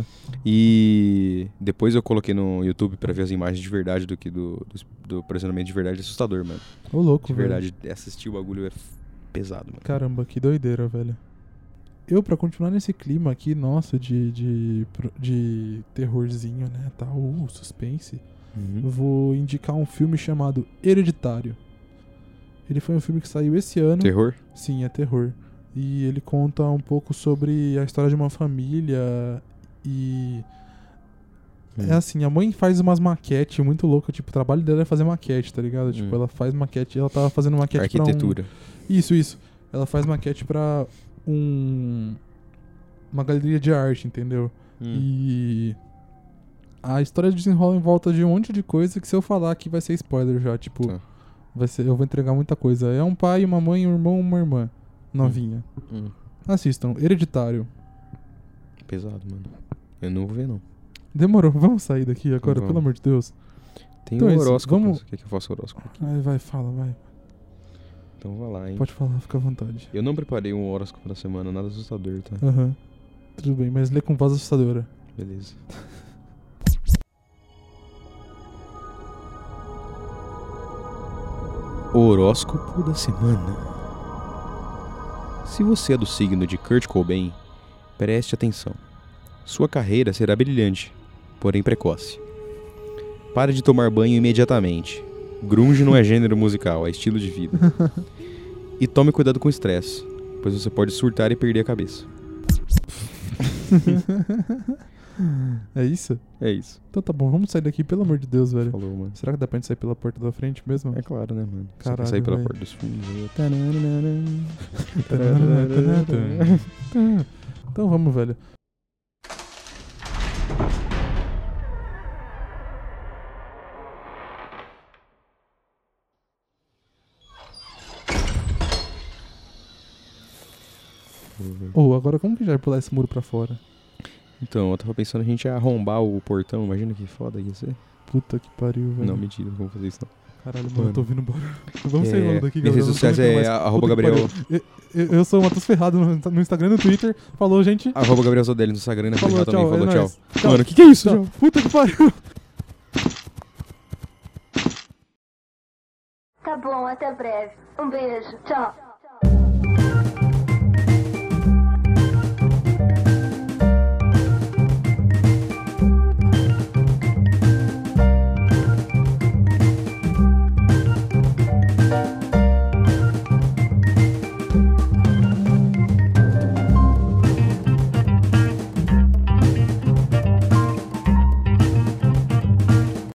E depois eu coloquei no YouTube pra ver as imagens de verdade do aprisionamento de verdade. É assustador, mano. Ô, louco, de verdade, velho. Assistir o bagulho é pesado, mano. Caramba, que doideira, velho. Eu, pra continuar nesse clima aqui, nossa, de terrorzinho, né, tal, suspense, eu vou indicar um filme chamado Hereditário. Ele foi um filme que saiu esse ano. Terror? Sim, é terror. E ele conta um pouco sobre a história de uma família e... É assim, a mãe faz umas maquetes muito loucas, tipo, o trabalho dela é fazer maquete, tá ligado? Tipo, ela faz maquete, ela tava fazendo maquete arquitetura. Isso. Ela faz maquete pra uma galeria de arte, entendeu? E a história desenrola em volta de um monte de coisa que se eu falar aqui vai ser spoiler já, tipo, eu vou entregar muita coisa. É um pai, uma mãe, um irmão, uma irmã novinha. Assistam, Hereditário. Pesado, mano. Eu não vou ver, não. Demorou, vamos sair daqui agora, pelo amor de Deus. Tem então, um horóscopo. Quer que eu faça horóscopo? Vai, fala. Então vai lá, hein. Pode falar, fica à vontade. Eu não preparei um horóscopo da semana, nada assustador, tá? Tudo bem, mas lê com voz assustadora. Beleza. Horóscopo da semana. Se você é do signo de Kurt Cobain, preste atenção. Sua carreira será brilhante, porém precoce. Pare de tomar banho imediatamente. Grunge não é gênero musical, é estilo de vida. E tome cuidado com o estresse, pois você pode surtar e perder a cabeça. É isso? É isso. Então tá bom, vamos sair daqui, pelo amor de Deus, velho. Falou, mano. Será que dá pra gente sair pela porta da frente mesmo? É claro, né, mano? Caralho, você quer sair pela porta dos fundos. Então vamos, velho. Agora como que já vai pular esse muro pra fora? Então, eu tava pensando a gente arrombar o portão, imagina que foda ia ser. Puta que pariu, velho. Não, mentira, não vamos fazer isso não. Caralho, mano, eu tô ouvindo barulho. Vamos sair logo daqui, galera. Minhas redes sociais é @Gabriel. Eu sou o Matheus Ferrado no Instagram e no Twitter. Falou, gente. @Gabriel Zodelli no Instagram e na Falou, também. Falou, tchau. Mano, o que é isso? Tchau. Puta que pariu. Tá bom, até breve. Um beijo, tchau.